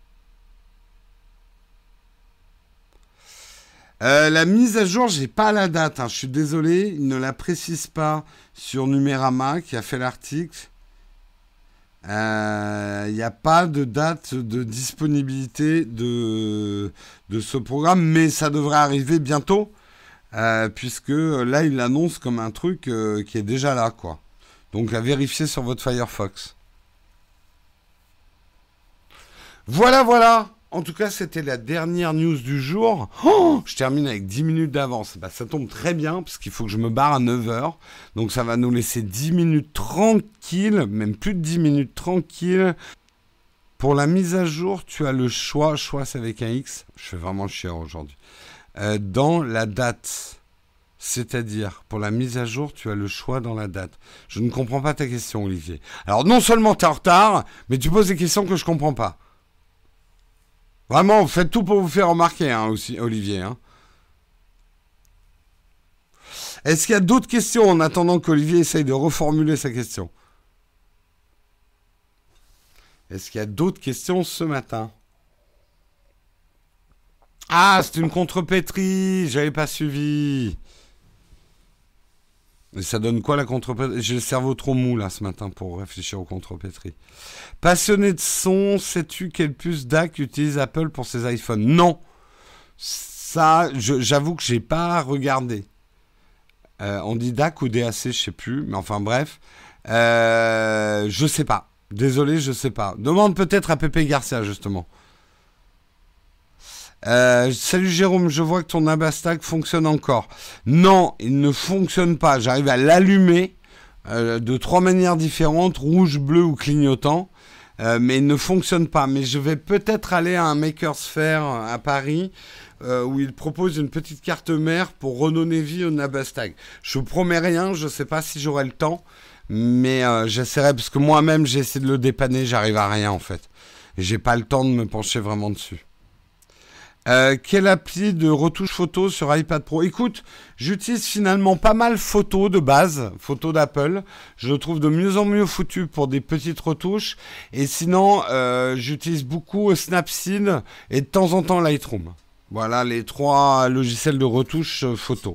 Euh, la mise à jour, j'ai pas la date, hein, je suis désolé, il ne la précise pas sur Numérama qui a fait l'article. Il euh, n'y a pas de date de disponibilité de, de ce programme, mais ça devrait arriver bientôt, euh, puisque là, il l'annonce comme un truc euh, qui est déjà là, quoi. Donc, à vérifier sur votre Firefox. Voilà, voilà. En tout cas, c'était la dernière news du jour. Oh, je termine avec dix minutes d'avance. Bah, ça tombe très bien, parce qu'il faut que je me barre à neuf heures. Donc, ça va nous laisser dix minutes tranquilles, même plus de dix minutes tranquilles. Pour la mise à jour, tu as le choix. Choix, c'est avec un X. Je fais vraiment chier aujourd'hui. Euh, dans la date. C'est-à-dire, pour la mise à jour, tu as le choix dans la date. Je ne comprends pas ta question, Olivier. Alors, non seulement tu es en retard, mais tu poses des questions que je ne comprends pas. Vraiment, faites tout pour vous faire remarquer, hein, aussi, Olivier. Hein. Est-ce qu'il y a d'autres questions en attendant qu'Olivier essaye de reformuler sa question? Est-ce qu'il y a d'autres questions ce matin? Ah, c'est une contrepétrie, j'avais pas suivi. Et ça donne quoi la contrepétrie? J'ai le cerveau trop mou là ce matin pour réfléchir aux contrepétries. Passionné de son, sais-tu quelle puce D A C utilise Apple pour ses iPhones? Non. Ça, je, j'avoue que j'ai pas regardé. Euh, on dit D A C ou D A C, je sais plus, mais enfin bref. Euh, je sais pas. Désolé, je sais pas. Demande peut-être à Pépé Garcia justement. Euh, salut Jérôme, je vois que ton Nabastag fonctionne encore. Non, il ne fonctionne pas. J'arrive à l'allumer euh, de trois manières différentes, rouge, bleu ou clignotant, euh, mais il ne fonctionne pas. Mais je vais peut-être aller à un Maker Faire à Paris euh, où il propose une petite carte mère pour redonner vie au Nabastag. Je vous promets rien, je ne sais pas si j'aurai le temps, mais euh, j'essaierai parce que moi-même j'ai essayé de le dépanner, j'arrive à rien en fait. Et j'ai pas le temps de me pencher vraiment dessus. Euh, quelle appli de retouche photo sur iPad Pro? Écoute, j'utilise finalement pas mal photo de base, photo d'Apple. Je le trouve de mieux en mieux foutu pour des petites retouches. Et sinon, euh, j'utilise beaucoup Snapseed et de temps en temps Lightroom. Voilà les trois logiciels de retouche euh, photo.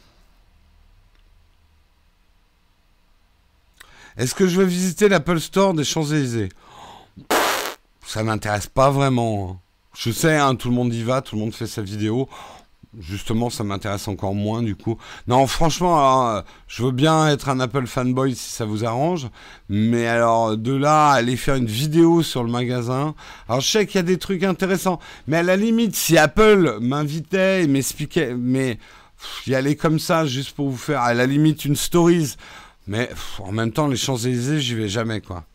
Est-ce que je vais visiter l'Apple Store des Champs-Élysées? Ça m'intéresse pas vraiment, hein. Je sais, hein, tout le monde y va, tout le monde fait sa vidéo. Justement, ça m'intéresse encore moins du coup. Non, franchement, alors, euh, je veux bien être un Apple fanboy si ça vous arrange. Mais alors, de là à aller faire une vidéo sur le magasin. Alors, je sais qu'il y a des trucs intéressants. Mais à la limite, si Apple m'invitait et m'expliquait, mais pff, y aller comme ça, juste pour vous faire, à la limite, une stories. Mais pff, en même temps, les Champs-Élysées, j'y vais jamais, quoi.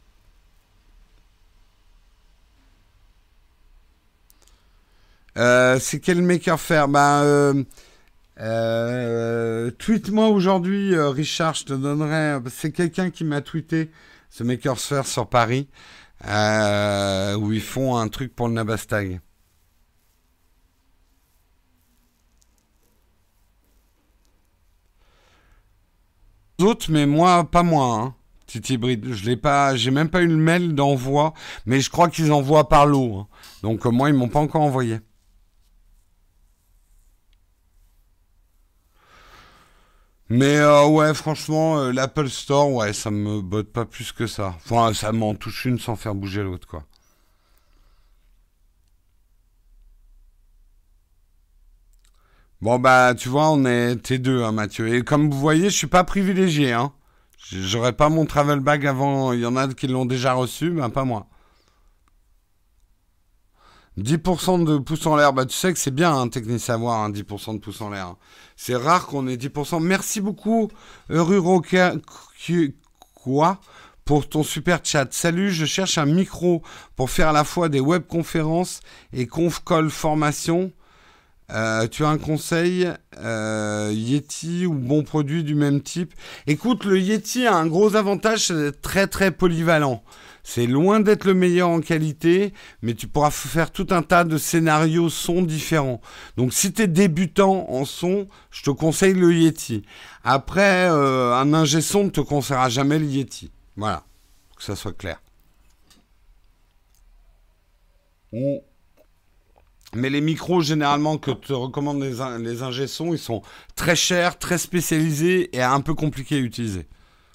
Euh, c'est quel maker faire? Ben, euh, euh, tweet-moi aujourd'hui, euh, Richard, je te donnerai. C'est quelqu'un qui m'a tweeté ce maker faire sur Paris, euh, où ils font un truc pour le Nabastag. D'autres, mais moi, pas moi, hein. Petit hybride, je l'ai pas, j'ai même pas eu le mail d'envoi, mais je crois qu'ils envoient par lot, hein. Donc euh, moi, ils m'ont pas encore envoyé. Mais euh, ouais, franchement, euh, l'Apple Store, ouais, ça me botte pas plus que ça. Enfin, ça m'en touche une sans faire bouger l'autre, quoi. Bon, bah, tu vois, on est T deux, hein, Mathieu. Et comme vous voyez, je suis pas privilégié, hein. J- J'aurais pas mon travel bag avant. Il y en a qui l'ont déjà reçu, ben pas moi. dix pour cent de pouces en l'air, bah tu sais que c'est bien, hein, Technique Savoir, hein, dix pour cent de pouces en l'air, hein. C'est rare qu'on ait dix pour cent. Merci beaucoup, Ruroka, quoi, pour ton super chat. Salut, je cherche un micro pour faire à la fois des webconférences et conf call formation. Euh, tu as un conseil, euh, Yeti ou bon produit du même type? Écoute, le Yeti a un gros avantage, c'est d'être très très polyvalent. C'est loin d'être le meilleur en qualité, mais tu pourras faire tout un tas de scénarios son différents. Donc si tu es débutant en son, je te conseille le Yeti. Après, euh, un ingé son ne te conseillera jamais le Yeti. Voilà, que ça soit clair. On- Mais les micros, généralement, que te recommandent les, in- les ingé sons, ils sont très chers, très spécialisés et un peu compliqués à utiliser.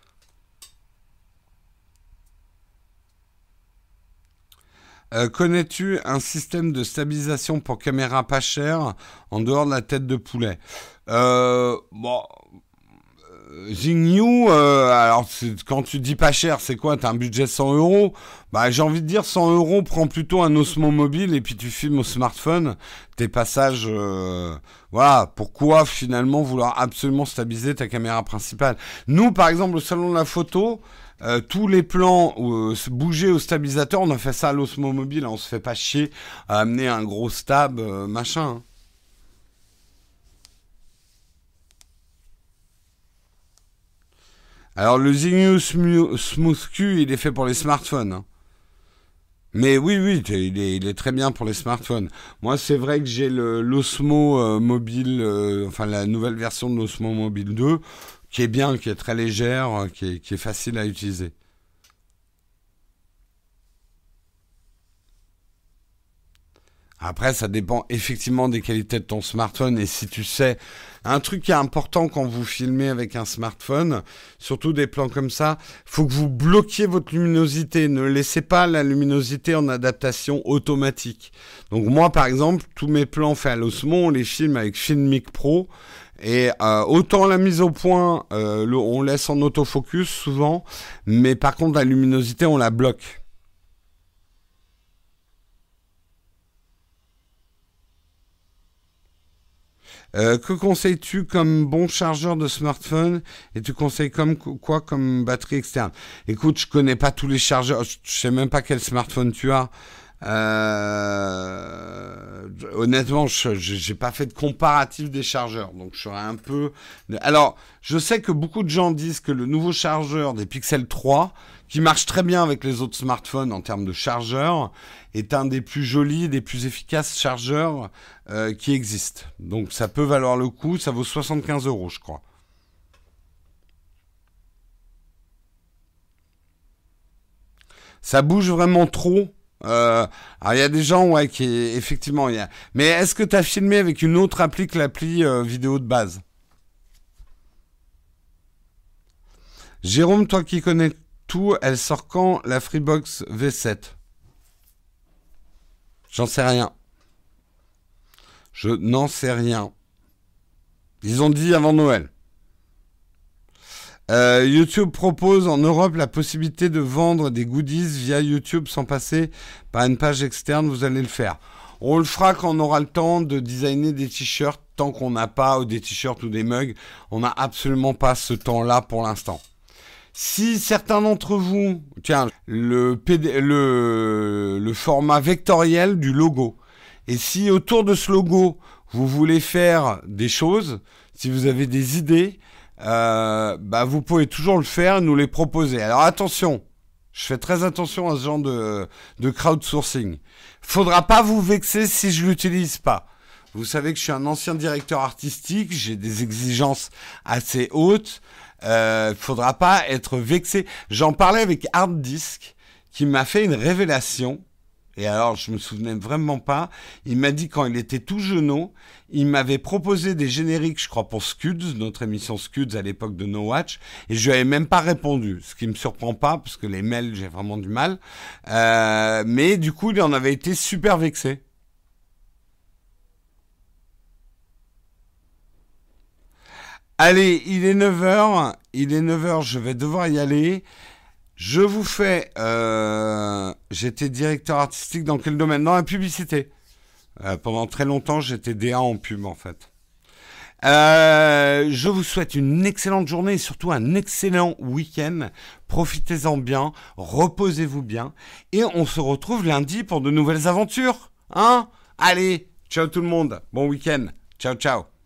Euh, connais-tu un système de stabilisation pour caméra pas cher en dehors de la tête de poulet? euh, Bon, Zignou, euh, alors c'est- quand tu dis pas cher, c'est quoi? T'as un budget de cent euros? Bah j'ai envie de dire cent euros, prends plutôt un Osmo Mobile et puis tu filmes au smartphone tes passages. euh, voilà, pourquoi finalement vouloir absolument stabiliser ta caméra principale? Nous, par exemple, au salon de la photo, euh, tous les plans euh, se bouger au stabilisateur, on a fait ça à l'Osmo Mobile, hein, on se fait pas chier à amener un gros stab, euh, machin, hein. Alors le Zenio Smu- Smooth Q, il est fait pour les smartphones, hein. Mais oui, oui, t'es- il est, il est très bien pour les smartphones. Moi, c'est vrai que j'ai le l'Osmo euh, Mobile, euh, enfin la nouvelle version de l'Osmo Mobile deux, qui est bien, qui est très légère, euh, qui est, qui est facile à utiliser. Après, ça dépend effectivement des qualités de ton smartphone. Et si tu sais, un truc qui est important quand vous filmez avec un smartphone, surtout des plans comme ça, faut que vous bloquiez votre luminosité. Ne laissez pas la luminosité en adaptation automatique. Donc moi, par exemple, tous mes plans faits à l'Osmo, on les filme avec Filmic Pro. Et euh, autant la mise au point, euh, le- on laisse en autofocus souvent, mais par contre la luminosité, on la bloque. Euh, que conseilles-tu comme bon chargeur de smartphone et tu conseilles comme quoi comme batterie externe? Écoute, je connais pas tous les chargeurs, je je sais même pas quel smartphone tu as. Euh, honnêtement, je n'ai pas fait de comparatif des chargeurs, donc je serais un peu... Alors, je sais que beaucoup de gens disent que le nouveau chargeur des Pixel trois, qui marche très bien avec les autres smartphones en termes de chargeur, est un des plus jolis, des plus efficaces chargeurs euh, qui existent. Donc ça peut valoir le coup, ça vaut soixante-quinze euros, je crois. Ça bouge vraiment trop. Euh, alors il y a des gens, ouais, qui effectivement, il y a... Mais est-ce que tu as filmé avec une autre appli que l'appli euh, vidéo de base? Jérôme, toi qui connais tout, elle sort quand la Freebox V sept? J'en sais rien. Je n'en sais rien. Ils ont dit avant Noël. Euh, YouTube propose en Europe la possibilité de vendre des goodies via YouTube sans passer par une page externe. Vous allez le faire. On le fera quand on aura le temps de designer des t-shirts. Tant qu'on n'a pas ou des t-shirts ou des mugs, on n'a absolument pas ce temps-là pour l'instant. Si certains d'entre vous, tiens, le, P D, le, le format vectoriel du logo, et si autour de ce logo, vous voulez faire des choses, si vous avez des idées, euh, bah vous pouvez toujours le faire et nous les proposer. Alors attention, je fais très attention à ce genre de, de crowdsourcing. Faudra pas vous vexer si je l'utilise pas. Vous savez que je suis un ancien directeur artistique, j'ai des exigences assez hautes. Euh, faudra pas être vexé. J'en parlais avec Hard Disk, qui m'a fait une révélation. Et alors, je me souvenais vraiment pas. Il m'a dit quand il était tout jeuneau, il m'avait proposé des génériques, je crois, pour Scuds, notre émission Scuds à l'époque de No Watch, et je lui avais même pas répondu. Ce qui me surprend pas, parce que les mails, j'ai vraiment du mal. Euh, mais du coup, il en avait été super vexé. Allez, il est neuf heures, il est neuf heures, je vais devoir y aller. Je vous fais... Euh, j'étais directeur artistique dans quel domaine? Dans la publicité. Euh, pendant très longtemps, j'étais D A en pub, en fait. Euh, je vous souhaite une excellente journée et surtout un excellent week-end. Profitez-en bien, reposez-vous bien. Et on se retrouve lundi pour de nouvelles aventures. Hein? Allez, ciao tout le monde. Bon week-end. Ciao, ciao.